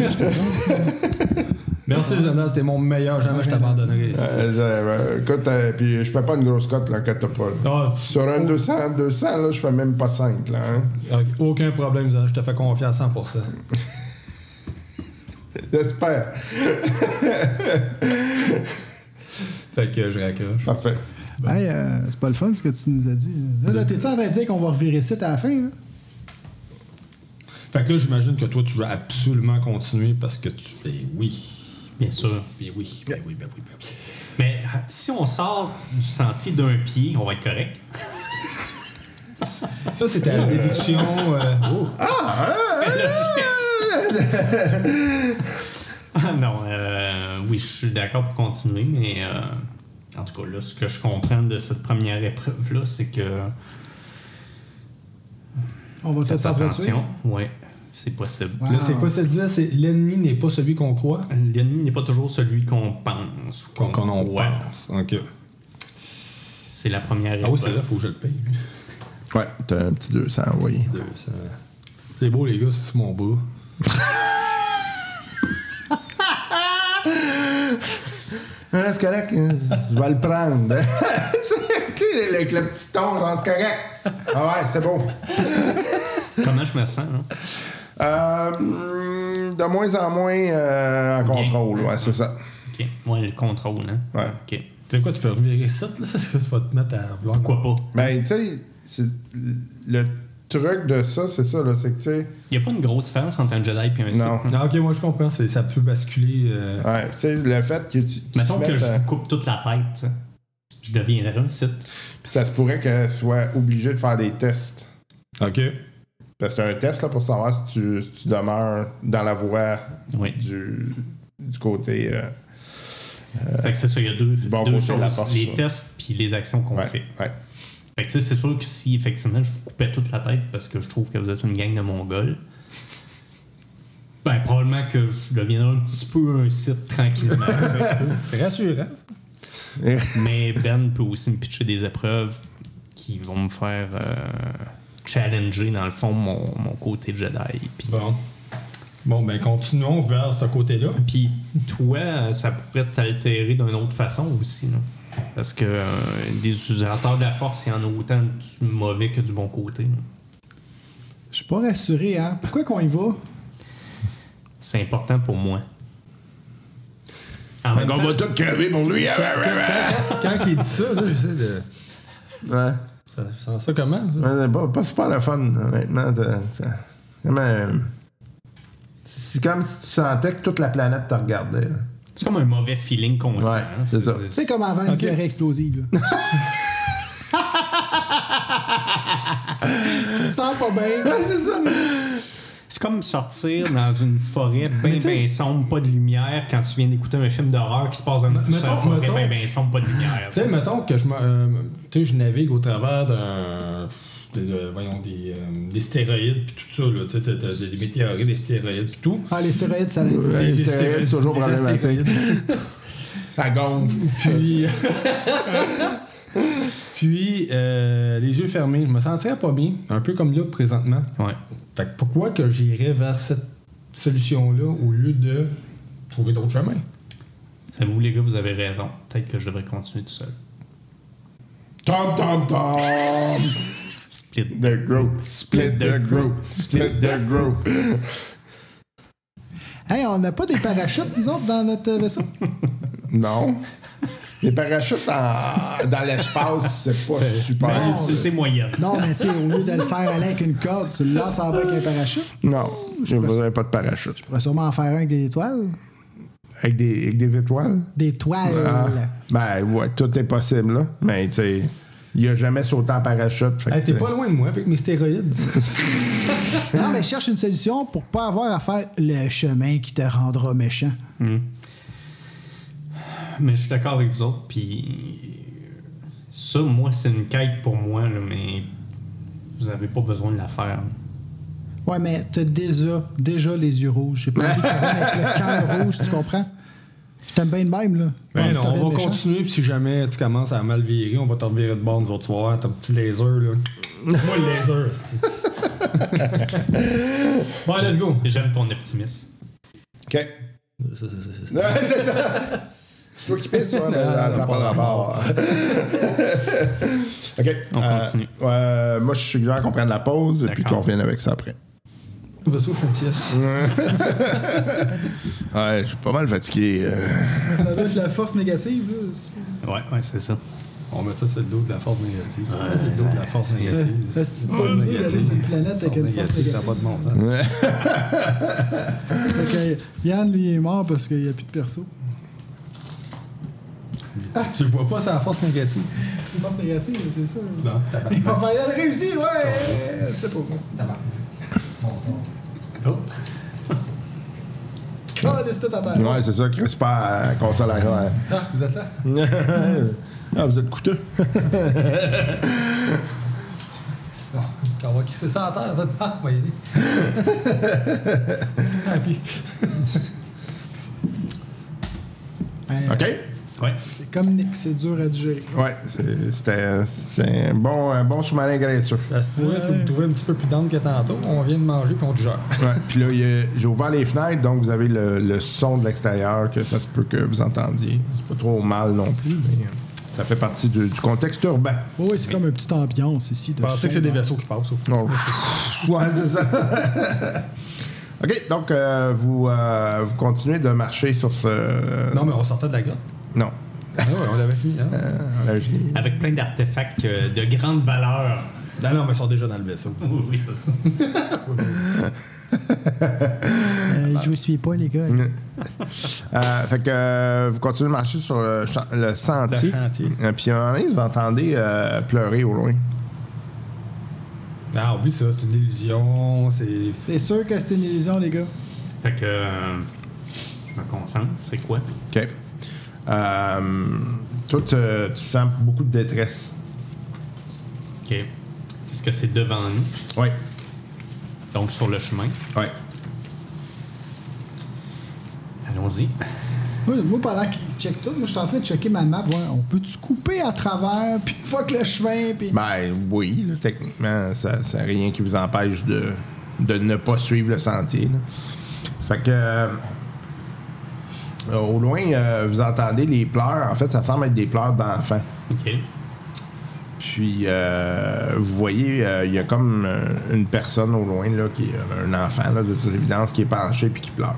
Merci, Zena, c'était mon meilleur. Jamais je t'abandonnerai. Écoute, puis je fais pas une grosse cote, là, inquiète pas. Là. Ah, Sur un 200, là, je fais même pas 5, là. Hein? aucun problème, Zena, je te fais confiance à 100%. J'espère. Fait que je raccroche. Parfait. Hey, c'est pas le fun ce que tu nous as dit. Là, t'es-tu en train de dire qu'on va revirer ça à la fin? Là? Fait que là, j'imagine que toi, tu veux absolument continuer parce que tu fais oui. Bien sûr. Ben oui. Mais si on sort du sentier d'un pied, on va être correct. Ça, c'était la déduction. Ah non, oui, je suis d'accord pour continuer, mais en tout cas, là, ce que je comprends de cette première épreuve-là, c'est que. On va Faites faire attention. Oui, c'est possible. Wow. Là, c'est quoi ça disait? C'est l'ennemi n'est pas celui qu'on croit. L'ennemi n'est pas toujours celui qu'on pense ou Qu'on en croit. pense. OK. C'est la première Ah épreuve. oui, c'est là, faut que je le paye. lui. Ouais, t'as un petit 200, oui. 200. C'est beau, les gars, c'est sur mon bras. C'est correct, hein? Je vais le prendre. Avec le petit ton, genre, c'est correct. Ah ouais, c'est bon. Comment je me sens? Hein? De moins en moins en contrôle, ouais, c'est ça. OK. Ouais, le contrôle. Hein? Ouais. OK. Tu sais quoi, tu peux revirer ça, là, parce que tu vas te mettre à vouloir. Pourquoi pas? Ben, tu sais, le truc de ça, c'est ça, là, c'est que, tu sais, Il n'y a pas une grosse différence entre un Jedi et un Sith. non. Non, ok, moi je comprends, ça peut basculer. Ouais, tu sais, le fait que tu Mettons te que mettes je à- vous coupe toute la tête, tu sais. Je deviendrai un Sith. Puis ça se pourrait qu'elle soit obligée de faire des tests. Ok. Parce que c'est un test là, pour savoir si tu demeures dans la voie Oui. du côté. Fait que c'est ça, il y a deux Bon côté choses. de la force, les ça. tests puis les actions qu'on Ouais, fait. ouais. Fait que tu sais, c'est sûr que si effectivement je vous coupais toute la tête parce que je trouve que vous êtes une gang de Mongols, ben probablement que je deviendrai un petit peu un Sith tranquillement. tu sais. C'est rassurant. Mais Ben peut aussi me pitcher des épreuves qui vont me faire challenger dans le fond mon côté Jedi. Puis Bon. Bon, ben continuons vers ce côté-là. Puis toi, ça pourrait t'altérer d'une autre façon aussi. Là. Parce que des utilisateurs de la force, il y en a autant du mauvais que du bon côté. Là. Je suis pas rassuré, hein. Pourquoi qu'on y va? C'est important pour moi. En Fait même qu'on temps, va tout crever pour lui. Quand il dit ça, là, j'essaie de. Ouais. Ça sent ça comment, ça? Ouais, c'est pas super le fun, honnêtement. C'est comme si tu sentais que toute la planète te regardait. Là. c'est comme un mauvais feeling constant. Ouais, hein. c'est ça. C'est comme avant une diarrhée explosive, là. Tu te sens pas bien. C'est ça. C'est comme sortir dans une forêt bien sombre, pas de lumière, quand tu viens d'écouter un film d'horreur qui se passe dans une forêt bien sombre, pas de lumière. Tu sais, mettons que je navigue au travers des stéroïdes puis tout ça, là. Tu sais, t'as des météorites, des stéroïdes puis tout. Ah, les stéroïdes, ça l'aide. Ouais, les stéroïdes, c'est toujours problématique. Ça gonfle. Puis, les yeux fermés, je me sentirais pas bien, un peu comme là présentement. Ouais. Fait que pourquoi que j'irais vers cette solution-là au lieu de trouver d'autres chemins? Savez-vous, les gars, vous avez raison. Peut-être que je devrais continuer tout seul. Tom, tom, tom. Split. The group. Split the group. Split the group. Hey, on n'a pas des parachutes, nous autres, dans notre vaisseau? Non. Les parachutes dans l'espace, c'est pas super. C'est une utilité moyenne. Non, mais tu sais, au lieu de le faire aller avec une corde, tu le lances en bas avec un parachute. Non, je ne voudrais pas de parachute. Tu pourrais sûrement en faire un avec des étoiles. Avec des étoiles? Des toiles. Ah, ben, ouais, tout est possible, là. Mais, tu sais, il a jamais sauté en parachute. Fait que, T'es pas loin de moi avec mes stéroïdes. Non, mais cherche une solution pour pas avoir à faire le chemin qui te rendra méchant. Mais je suis d'accord avec vous autres, puis ça, moi, c'est une quête pour moi, là, mais vous avez pas besoin de la faire. Ouais, mais t'as déjà les yeux rouges. J'ai pas envie de te rendre avec le cœur rouge, tu comprends? Je t'aime bien de même, là. Ben Pas non, envie de te on va rendre méchant. continuer, puis si jamais tu commences à mal virer, on va te revirer de bord, nous autres, tu vas voir ton petit laser, là. Moi, le laser, c'est... Bon, let's go. J'aime ton optimisme. OK. C'est ça. C'est toi qui pisse, ça, ça n'a pas de rapport. OK. On continue. Moi, je suggère qu'on prenne la pause et puis qu'on revienne avec ça après. Vaisseau, je fais une sieste. Ouais, je suis pas mal fatigué. Ça va être la force négative, là. Ouais, c'est ça. On met ça sur le dos de la force négative. C'est le dos de la force négative. C'est une bonne idée d'aller sur une planète avec une force Ça n'a négative. pas de bon sens. Fait que Yann, lui, est mort parce qu'il n'y a plus de perso. Tu le vois pas, c'est la force négative. Une force négative, c'est ça. Non, Il va falloir le réussir, ouais! C'est pas moi, c'est tabac. Laisse tout à terre. Ouais, c'est ça qui reste pas à console à rien. Ah, vous êtes là? Ah, vous êtes coûteux. Quand on va crisser ça à terre, on va y aller. Ah, puis... OK? Ouais. C'est comme Nick, c'est dur à digérer. Ouais, c'est un bon sous-marin agressif. Ça se pourrait que vous le trouvez un petit peu plus dense que tantôt. On vient de manger puis on digère. Ouais, puis là, j'ai ouvert les fenêtres, donc vous avez le son de l'extérieur, que ça se peut que vous entendiez. C'est pas trop mal non plus, mais ça fait partie du contexte urbain. Oui, c'est comme une petite ambiance ici. Je pensais que c'est des vaisseaux qui passent. Oh. Ouais, c'est ça. OK, donc vous continuez de marcher sur ce... Non, mais on sortait de la grotte. Non. Ah ouais, on l'avait fini. Hein? On avait fini. Avec plein d'artefacts de grande valeur. Non, mais ils sont déjà dans le vaisseau. Oui, c'est ça. Je vous suis pas, les gars. Fait que vous continuez de marcher sur le sentier. Le chantier. Puis à un moment donné, vous entendez pleurer au loin. Ah oui, ça, c'est une illusion. C'est sûr que c'est une illusion, les gars. Fait que je me concentre. C'est quoi? OK. Toi, tu sens beaucoup de détresse. OK. Est-ce que c'est devant nous? Oui. Donc sur le chemin? Oui. Allons-y. Moi, pendant qu'il check tout, moi, je suis en train de checker ma map. Ouais, on peut-tu couper à travers, puis fuck le chemin, puis... Ben oui, là, techniquement, ça n'a rien qui vous empêche de ne pas suivre le sentier. Là. Fait que... au loin, vous entendez les pleurs. En fait, ça semble être des pleurs d'enfants. OK. Puis, vous voyez, il y a comme une personne au loin, là, qui est un enfant, là, de toute évidence, qui est penché puis qui pleure.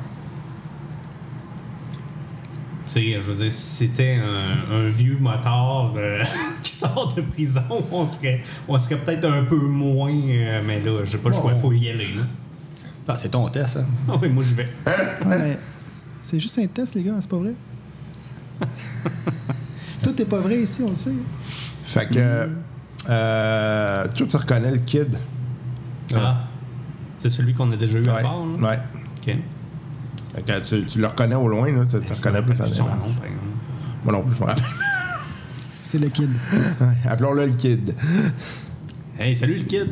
Tu sais, je veux dire, si c'était un vieux motard qui sort de prison, on serait peut-être un peu moins... mais là, j'ai pas le choix, il faut y aller. Là. Ah, c'est ton test, hein? Ah oui, moi, je vais. Ouais, mais c'est juste un test, les gars, c'est pas vrai? Tout est pas vrai ici, on le sait. Fait que... toi, tu reconnais le kid. Ah. C'est celui qu'on a déjà eu à bord, là? Ouais. OK. Fait que tu le reconnais au loin, là. Tu reconnais plus son nom, par exemple. Moi non plus, je me rappelle. C'est le kid. Appelons-le le kid. Hey, salut le kid!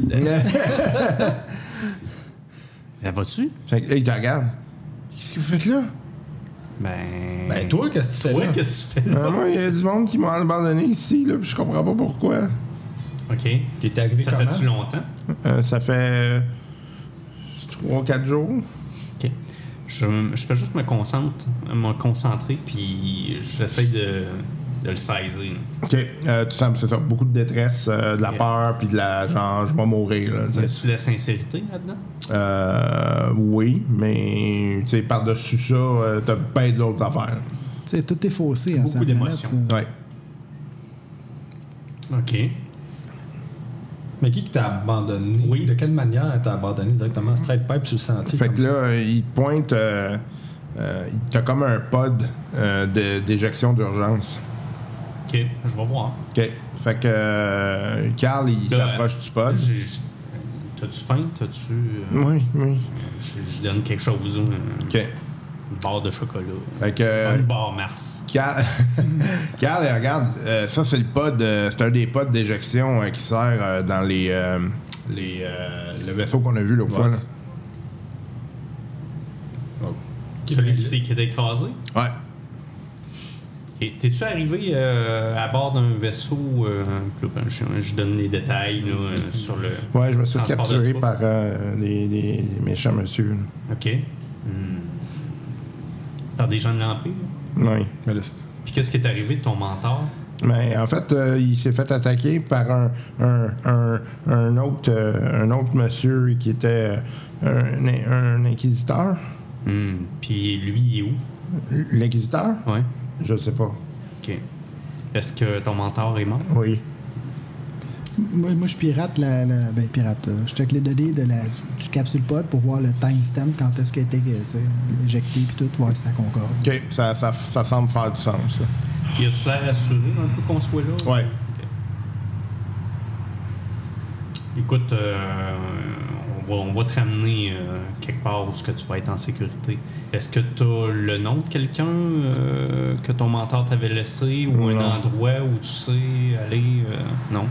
Va-tu? Fait que, il te regarde. Qu'est-ce que vous faites là? Ben, toi, qu'est-ce que tu fais là? Qu'est-ce que tu fais là? Moi, il y a du monde qui m'a abandonné ici, là, puis je comprends pas pourquoi. OK. T'es arrivé Ça comment? fait-tu longtemps? Ça fait 3-4 jours. OK. Je fais juste me concentrer, puis j'essaie de le saisir. OK. Tu sens, c'est ça, beaucoup de détresse, de la peur, puis de la genre, je vais mourir, là, tu sais. As-tu la sincérité là-dedans? Oui, mais, tu sais, par-dessus ça, t'as bien d'autres affaires. Tu sais, tout est faussé. Beaucoup hein, d'émotions. Ouais. OK. Mais qui t'a abandonné? Oui. De quelle manière t'as abandonné directement straight pipe sur le sentier? Fait comme que ça? là, il te pointe, t'as comme un pod d'éjection d'urgence. OK, je vais voir. OK. Fait que Carl, il Là, s'approche du pod. T'as-tu faim? T'as-tu... Oui. Je donne quelque chose, OK. une barre de chocolat. Fait que Une barre Mars. Carl, il regarde, ça c'est le pod, c'est un des pods d'éjection qui sert dans le vaisseau qu'on a vu l'autre fois. Là. Celui qui est écrasé? Ouais. Et t'es-tu arrivé à bord d'un vaisseau? Je donne les détails là, sur le. Ouais, je me suis transport de capturé troupes. par des méchants monsieur. Là. OK. Par des gens de l'Empire? Oui. Puis qu'est-ce qui est arrivé de ton mentor? Mais en fait, il s'est fait attaquer par un autre monsieur qui était un inquisiteur. Puis lui, il est où? L'inquisiteur? Ouais. Je sais pas. OK. Est-ce que ton mentor est mort? Oui. Moi, je pirate je check les données du capsule pod pour voir le timestamp quand est-ce qu'il a été éjecté puis tout, voir si ça concorde. OK. Ça semble faire du sens. Là. Y a-tu l'air assuré un peu qu'on soit là? Ouais. OK. Écoute, on va te ramener quelque part où ce que tu vas être en sécurité. Est-ce que tu as le nom de quelqu'un que ton mentor t'avait laissé ou un endroit où tu sais aller? Non?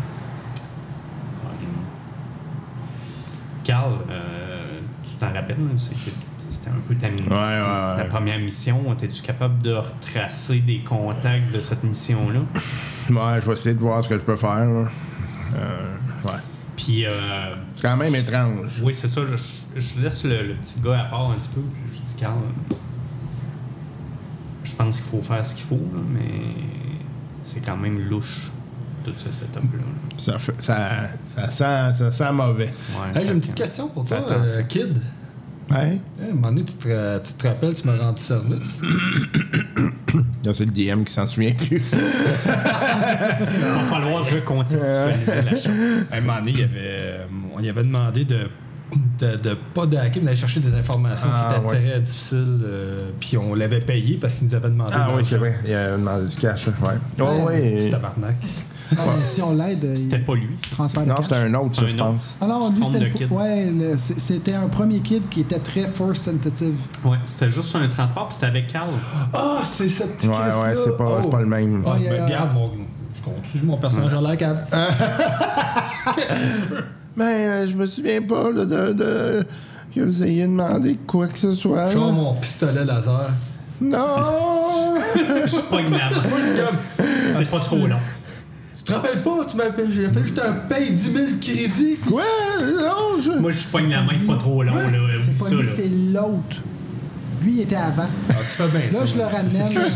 Carl, tu t'en rappelles? C'était un peu ta ta première mission. Es-tu capable de retracer des contacts de cette mission-là? Ouais, je vais essayer de voir ce que je peux faire. Là. Ouais. Puis... c'est quand même étrange. Oui, c'est ça. Je laisse le petit gars à part un petit peu. Puis je dis, Carl, je pense qu'il faut faire ce qu'il faut, là, mais c'est quand même louche, tout ce setup-là. Ça sent mauvais. Ouais, Hey, j'ai une petite question pour toi, attention. Kid. Ouais. Hey, à un moment donné, tu te rappelles, tu m'as rendu service. Là, c'est le DM qui s'en souvient plus. Il va falloir recontextualiser la chose. À un moment donné, on y avait demandé de pas de hacker, mais d'aller chercher des informations qui étaient très difficiles. Puis on l'avait payé parce qu'il nous avait demandé. Ah oui, c'est vrai. Il a demandé du cash. Ouais. Oh, oui. Petit tabarnak. Ah, mais si on l'aide, C'était pas lui. transfert de Non, cash. c'était un autre, ça, je pense. Ah non, lui, Tu trompes c'était de kid. c'était un premier kid qui était très force sensitive. Ouais, c'était juste un transport, puis c'était avec Carl. Ah, c'est cette petite Ouais, caisse-là. c'est pas le même. Ah, il y a- ben, regarde, je continue mon personnage à la cave. Ben, je me souviens pas là, de que vous ayez demandé quoi que ce soit. Genre mon pistolet laser. Non! Je pogne la main. C'est pas trop long. Tu te rappelles pas, j'ai fait je te paye 10 000 crédits. Quoi? Non, Moi, je pogne la main, c'est pas trop long, là. C'est Oublie pas ça, lui, là. c'est l'autre. Lui, il était avant. Ah, tu fais bien ça. Là, je le ramène.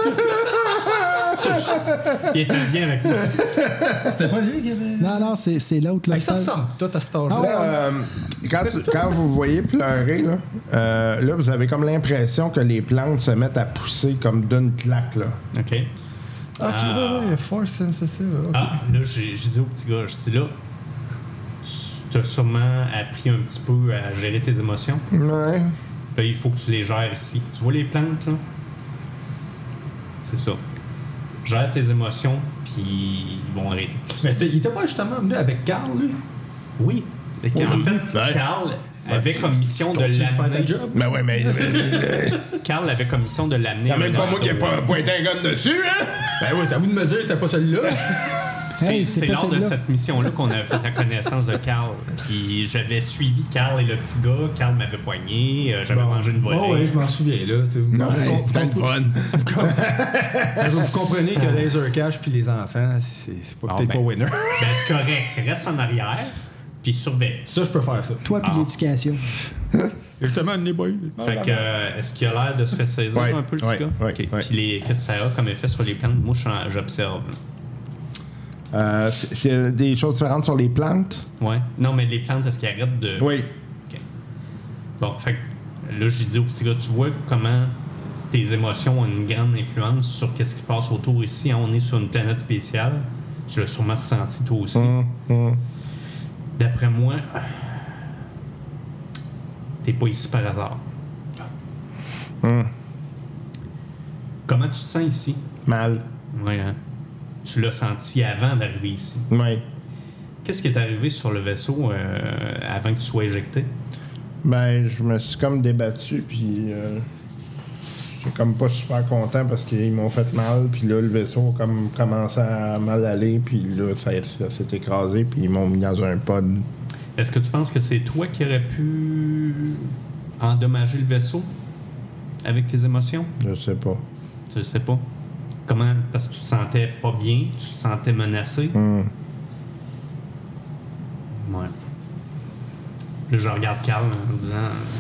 Il était bien avec moi. C'était pas lui qui avait. Non, c'est l'autre. Là, Hey, ça ressemble tout à cet âge-là. Ah ouais. Quand vous voyez pleurer, là, vous avez comme l'impression que les plantes se mettent à pousser comme d'une claque. Là. OK. Ok, ouais, force sensitive. Okay. Ah, là, j'ai dit au petit gars, je dis là, tu as sûrement appris un petit peu à gérer tes émotions. Ouais. Là, il faut que tu les gères ici. Tu vois les plantes, là? C'est ça. Gère tes émotions, puis ils vont arrêter. Mais il était pas justement venu avec Carl, lui? Oui. En fait, Carl avait comme mission de Continue de faire ta l'amener. job. Ben ouais, mais. Carl avait comme mission de l'amener. Y'a même à pas un moi qui ai endroit. pas pointé un gun dessus, hein? Ben oui, c'est à vous de me dire que c'était pas celui-là. Hey, C'est pas lors de celle-là. cette mission-là qu'on avait fait la connaissance de Carl. Puis j'avais suivi Carl et le petit gars. Carl m'avait poigné. J'avais mangé une volée. Oh, ouais, je m'en souviens, là. Vous comprenez que Laser Cash puis les enfants, c'est pas, Bon, peut-être ben. pas winner. Ben, c'est correct. Reste en arrière, puis surveille. Ça, je peux faire ça. Toi, puis l'éducation. Justement, les boys. Fait que, est-ce qu'il a l'air de se ressaisir Ouais, un peu, le ouais, petit gars? ouais, OK. ouais. Puis qu'est-ce que ça a comme effet sur les plantes? Moi, j'observe. C'est des choses différentes sur les plantes? Ouais. Non, mais les plantes, est-ce qu'ils arrêtent de... Oui. OK. Bon, fait que là, j'ai dit au petit gars, tu vois comment tes émotions ont une grande influence sur qu'est-ce qui se passe autour ici. Hein? On est sur une planète spéciale. Tu l'as sûrement ressenti, toi aussi. D'après moi, t'es pas ici par hasard. Comment tu te sens ici? Mal. Ouais, hein? Tu l'as senti avant d'arriver ici. Oui. Qu'est-ce qui est arrivé sur le vaisseau avant que tu sois éjecté? Ben, je me suis comme débattu, puis j'étais comme pas super content parce qu'ils m'ont fait mal, puis là, le vaisseau a comme commencé à mal aller, puis là, ça s'est écrasé, puis ils m'ont mis dans un pod. Est-ce que tu penses que c'est toi qui aurais pu endommager le vaisseau avec tes émotions? Je sais pas. Tu le sais pas. Comment? Parce que tu te sentais pas bien, tu te sentais menacé. Ouais. Là, je regarde Carl en disant...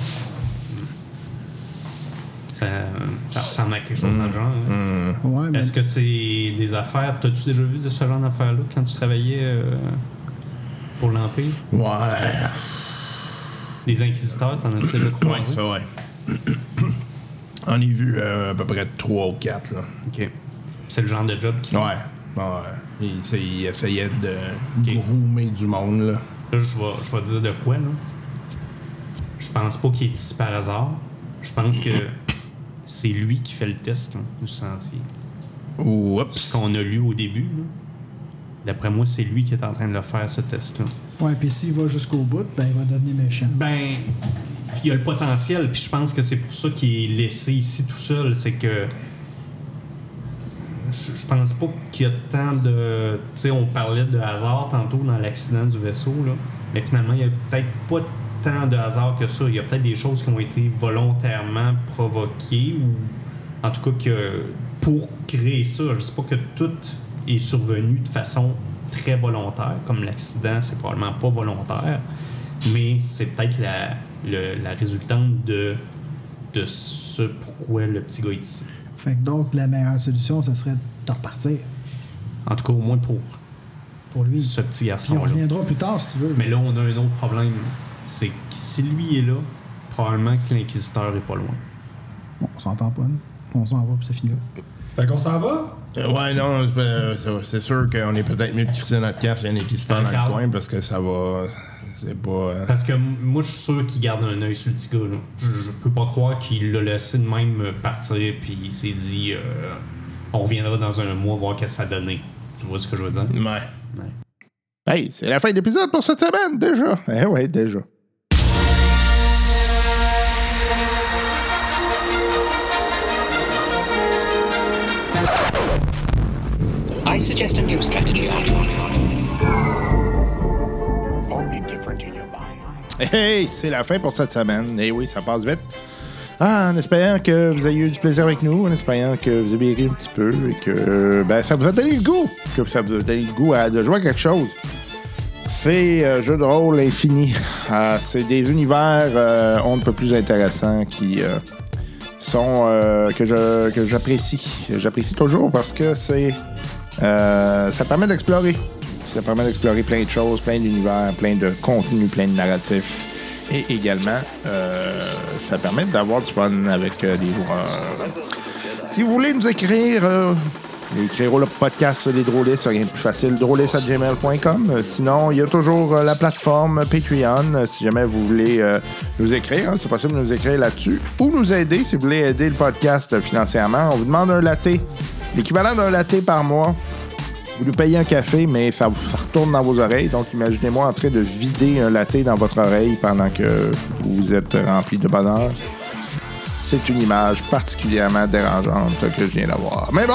Ça ressemble à quelque chose dans le genre. Hein? Ouais, mais Est-ce que c'est des affaires... T'as-tu déjà vu de ce genre d'affaires-là quand tu travaillais pour l'Empire? Ouais. Des inquisiteurs, t'en as déjà croisé? Ouais, ça, ouais. On a vu à peu près 3 ou 4, là. OK. C'est le genre de job qui... Ouais. Ouais. Il essayait de groomer du monde, là. Là, je vais dire de quoi, là. Je pense pas qu'il est ici par hasard. Je pense que c'est lui qui fait le test là, du sentier. Oups. Ce qu'on a lu au début, là. D'après moi, c'est lui qui est en train de le faire, ce test-là. ouais, puis s'il va jusqu'au bout, ben il va devenir méchant. Ben, il y a le potentiel, puis je pense que c'est pour ça qu'il est laissé ici tout seul. C'est que je pense pas qu'il y a tant de... Tu sais, on parlait de hasard tantôt dans l'accident du vaisseau, là. Mais finalement, il y a peut-être pas tant de hasard que ça. Il y a peut-être des choses qui ont été volontairement provoquées ou en tout cas que pour créer ça, je sais pas que tout est survenu de façon très volontaire, comme l'accident, c'est probablement pas volontaire, mais c'est peut-être la résultante de ce pourquoi le petit gars est ici. Fait que donc, la meilleure solution, ce serait de repartir En tout cas, au moins pour pour lui. ce petit Puis on garçon-là. reviendra plus tard, si tu veux. Mais là, on a un autre problème. C'est que si lui est là, probablement que l'inquisiteur est pas loin. Bon, on s'entend pas, nous. On s'en va, puis c'est fini là. Fait qu'on s'en va? Ouais, non, c'est sûr qu'on est peut-être mieux de crisser notre casse et un équisteur dans Carl. le coin parce que ça va. C'est pas. Parce que moi, je suis sûr qu'il garde un œil sur le petit gars. Là. Je peux pas croire qu'il l'a laissé de même partir puis il s'est dit on reviendra dans un mois voir qu'est-ce que ça a donné. Tu vois ce que je veux dire? Ouais. Ouais. Hey, c'est la fin de l'épisode pour cette semaine, déjà. Eh ouais, déjà. I suggest a new strategy, Arthur. Only different in your mind. Hey, c'est la fin pour cette semaine. Eh oui, ça passe vite. En espérant que vous ayez eu du plaisir avec nous, en espérant que vous avez ri un petit peu et que ça vous a donné le goût, de jouer à quelque chose. C'est jeu de rôle infini. C'est des univers on ne peut plus intéressants qui que j'apprécie. J'apprécie toujours parce que ça permet d'explorer. Ça permet d'explorer plein de choses, plein d'univers, plein de contenus, plein de narratifs. Et également, ça permet d'avoir du fun avec des joueurs. Si vous voulez nous écrire, écrire au podcast sur les drôlistes, c'est rien de plus facile, drôlistes@gmail.com. Sinon, il y a toujours la plateforme Patreon. Si jamais vous voulez nous écrire, c'est possible de nous écrire là-dessus. Ou nous aider, si vous voulez aider le podcast financièrement. On vous demande un latte, l'équivalent d'un latte par mois. Vous nous payez un café, mais ça retourne dans vos oreilles. Donc, imaginez-moi en train de vider un latte dans votre oreille pendant que vous êtes rempli de bonheur. C'est une image particulièrement dérangeante que je viens d'avoir. Mais bon,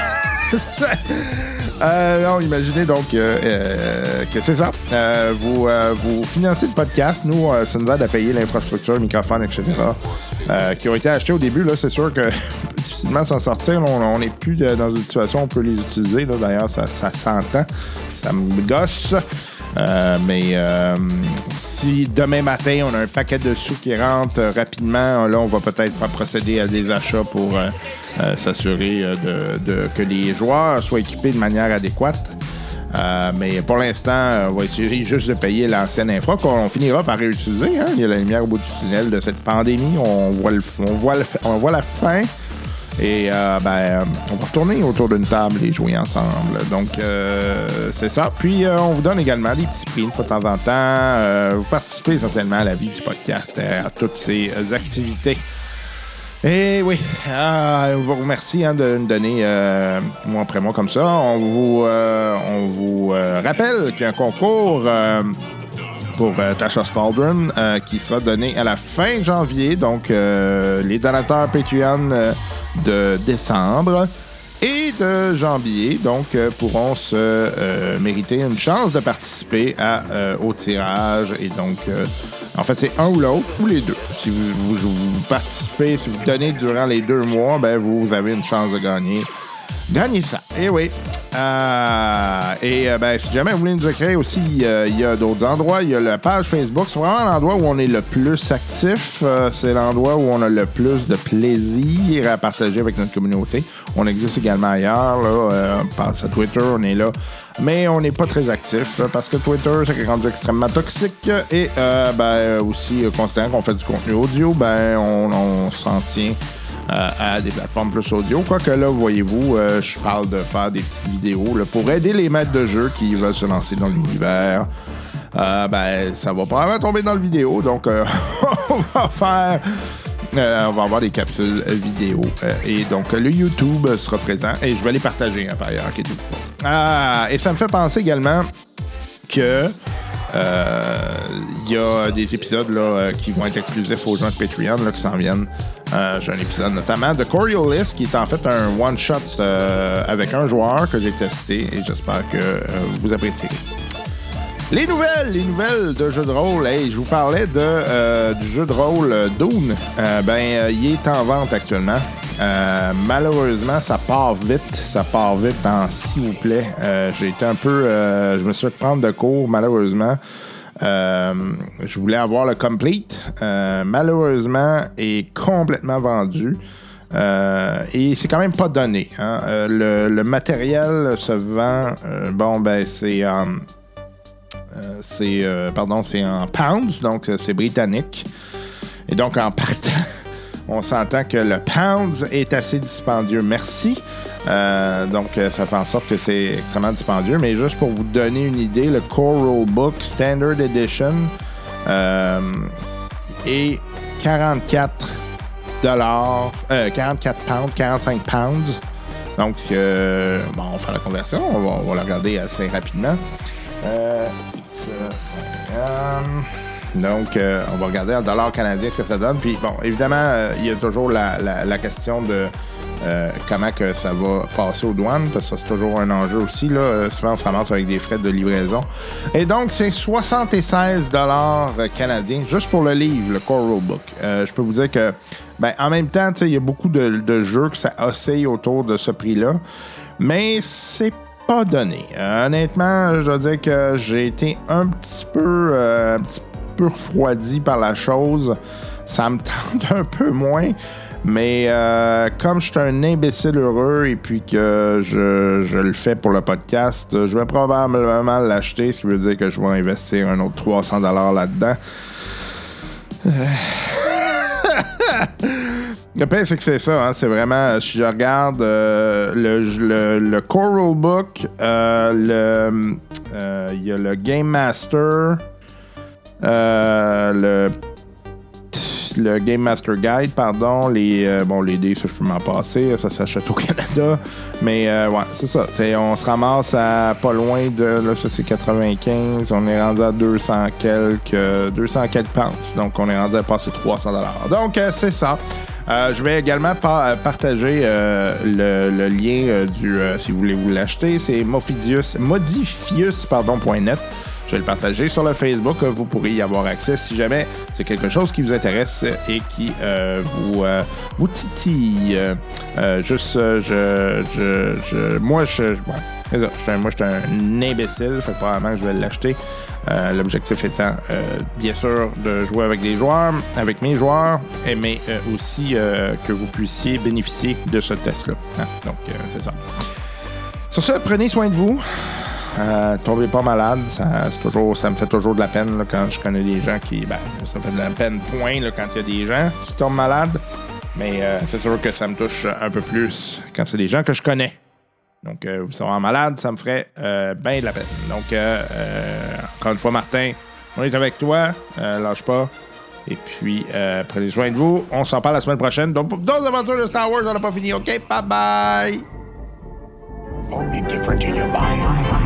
non, imaginez donc que c'est ça. Vous financez le podcast. Nous, ça nous aide à payer l'infrastructure, le microphone, etc. Qui ont été achetés au début. Là, c'est sûr que difficilement s'en sortir. On n'est plus dans une situation où on peut les utiliser. Là. D'ailleurs, ça s'entend. Ça me gosse. Mais si demain matin, on a un paquet de sous qui rentre rapidement, là, on va peut-être procéder à des achats pour s'assurer que les joueurs soient équipés de manière adéquate. Mais pour l'instant, on va essayer juste de payer l'ancienne infra qu'on finira par réutiliser. Hein? Il y a la lumière au bout du tunnel de cette pandémie. On voit la fin. Et on va retourner autour d'une table et jouer ensemble. Donc, c'est ça. Puis, on vous donne également des petits prix de temps en temps. Vous participez essentiellement à la vie du podcast, à toutes ces activités. Et oui, on vous remercie de nous donner mois après mois comme ça. On vous rappelle qu'il y a un concours pour Tasha's Cauldron qui sera donné à la fin janvier. Donc, les donateurs Patreon de décembre et de janvier pourront se mériter une chance de participer au tirage. Et donc, en fait, c'est un ou l'autre, ou les deux. Si vous participez, si vous donnez durant les 2 mois, vous avez une chance de gagner ça. Et oui. Si jamais vous voulez nous écrire aussi, il y a d'autres endroits. Il y a la page Facebook. C'est vraiment l'endroit où on est le plus actif. C'est l'endroit où on a le plus de plaisir à partager avec notre communauté. On existe également ailleurs. On passe à Twitter, on est là. Mais on n'est pas très actif parce que Twitter, c'est rendu extrêmement toxique. Et aussi, considérant qu'on fait du contenu audio, on s'en tient à des plateformes plus audio. Quoique là, voyez-vous, je parle de faire des petites vidéos là, pour aider les maîtres de jeu qui veulent se lancer dans l'univers. Ça va probablement tomber dans le vidéo. Donc, on va avoir des capsules vidéo. Et donc, le YouTube sera présent. Et je vais les partager par ailleurs. Et ça me fait penser également que il y a des épisodes là, qui vont être exclusifs aux gens de Patreon là, qui s'en viennent. J'ai un épisode notamment de Coriolis qui est en fait un one-shot avec un joueur que j'ai testé et j'espère que vous apprécierez. Les nouvelles de jeux de rôle. Hey, je vous parlais du jeu de rôle Dune. Il est en vente actuellement. Malheureusement, ça part vite. Ça part vite en s'il vous plaît. J'ai été un peu... je me suis fait prendre de court, malheureusement. Je voulais avoir le complete. Malheureusement, est complètement vendu. Et c'est quand même pas donné. Hein. Le matériel se vend... c'est en pounds, donc c'est britannique. Et donc, en partant, on s'entend que le pounds est assez dispendieux. Merci. Donc, ça fait en sorte que c'est extrêmement dispendieux. Mais juste pour vous donner une idée, le Core Rulebook Standard Edition est 45 pounds. Donc, on va faire la conversion. On va la regarder assez rapidement. Donc, on va regarder en dollars canadiens ce que ça donne. Puis, bon, évidemment, il y a toujours la question de comment que ça va passer aux douanes, parce que ça, c'est toujours un enjeu aussi. Là. Souvent, on se ramasse avec des frais de livraison. Et donc, c'est 76 $ canadiens, juste pour le livre, le Core Rulebook. Je peux vous dire que, en même temps, il y a beaucoup de jeux que ça oscille autour de ce prix-là. Mais c'est pas donné. Honnêtement, je dois dire que j'ai été un petit peu refroidi par la chose. Ça me tente un peu moins. Mais comme je suis un imbécile heureux et puis que je le fais pour le podcast, je vais probablement l'acheter, ce qui veut dire que je vais investir un autre 300$ là-dedans. Le pire, c'est que c'est ça, hein, c'est vraiment, si je regarde le Core Rulebook, il y a le Game Master, le Game Master Guide, pardon, les dés, ça je peux m'en passer, ça s'achète au Canada, mais ouais, c'est ça, on se ramasse à pas loin de, là ça c'est 95, on est rendu à 200 quelques pounds, donc on est rendu à passer 300$, donc c'est ça. Je vais également partager le lien si vous voulez vous l'acheter, c'est modifius.net. Je vais le partager sur le Facebook. Vous pourrez y avoir accès si jamais c'est quelque chose qui vous intéresse et qui vous titille. Moi, je suis un imbécile. Fait que probablement que je vais l'acheter. L'objectif étant, bien sûr, de jouer avec mes joueurs, mais aussi que vous puissiez bénéficier de ce test-là. Hein? Donc, c'est ça. Sur ce, prenez soin de vous. Tombez pas malade, ça me fait toujours de la peine là, quand je connais des gens qui. Ça me fait de la peine, point, là, quand il y a des gens qui tombent malades. Mais c'est sûr que ça me touche un peu plus quand c'est des gens que je connais. Donc, vous serez malade, ça me ferait bien de la peine. Donc, encore une fois, Martin, on est avec toi. Lâche pas. Et puis, prenez soin de vous. On s'en parle la semaine prochaine. Donc, pour d'autres aventures de Star Wars, on n'a pas fini. OK, bye bye. Only different in your mind.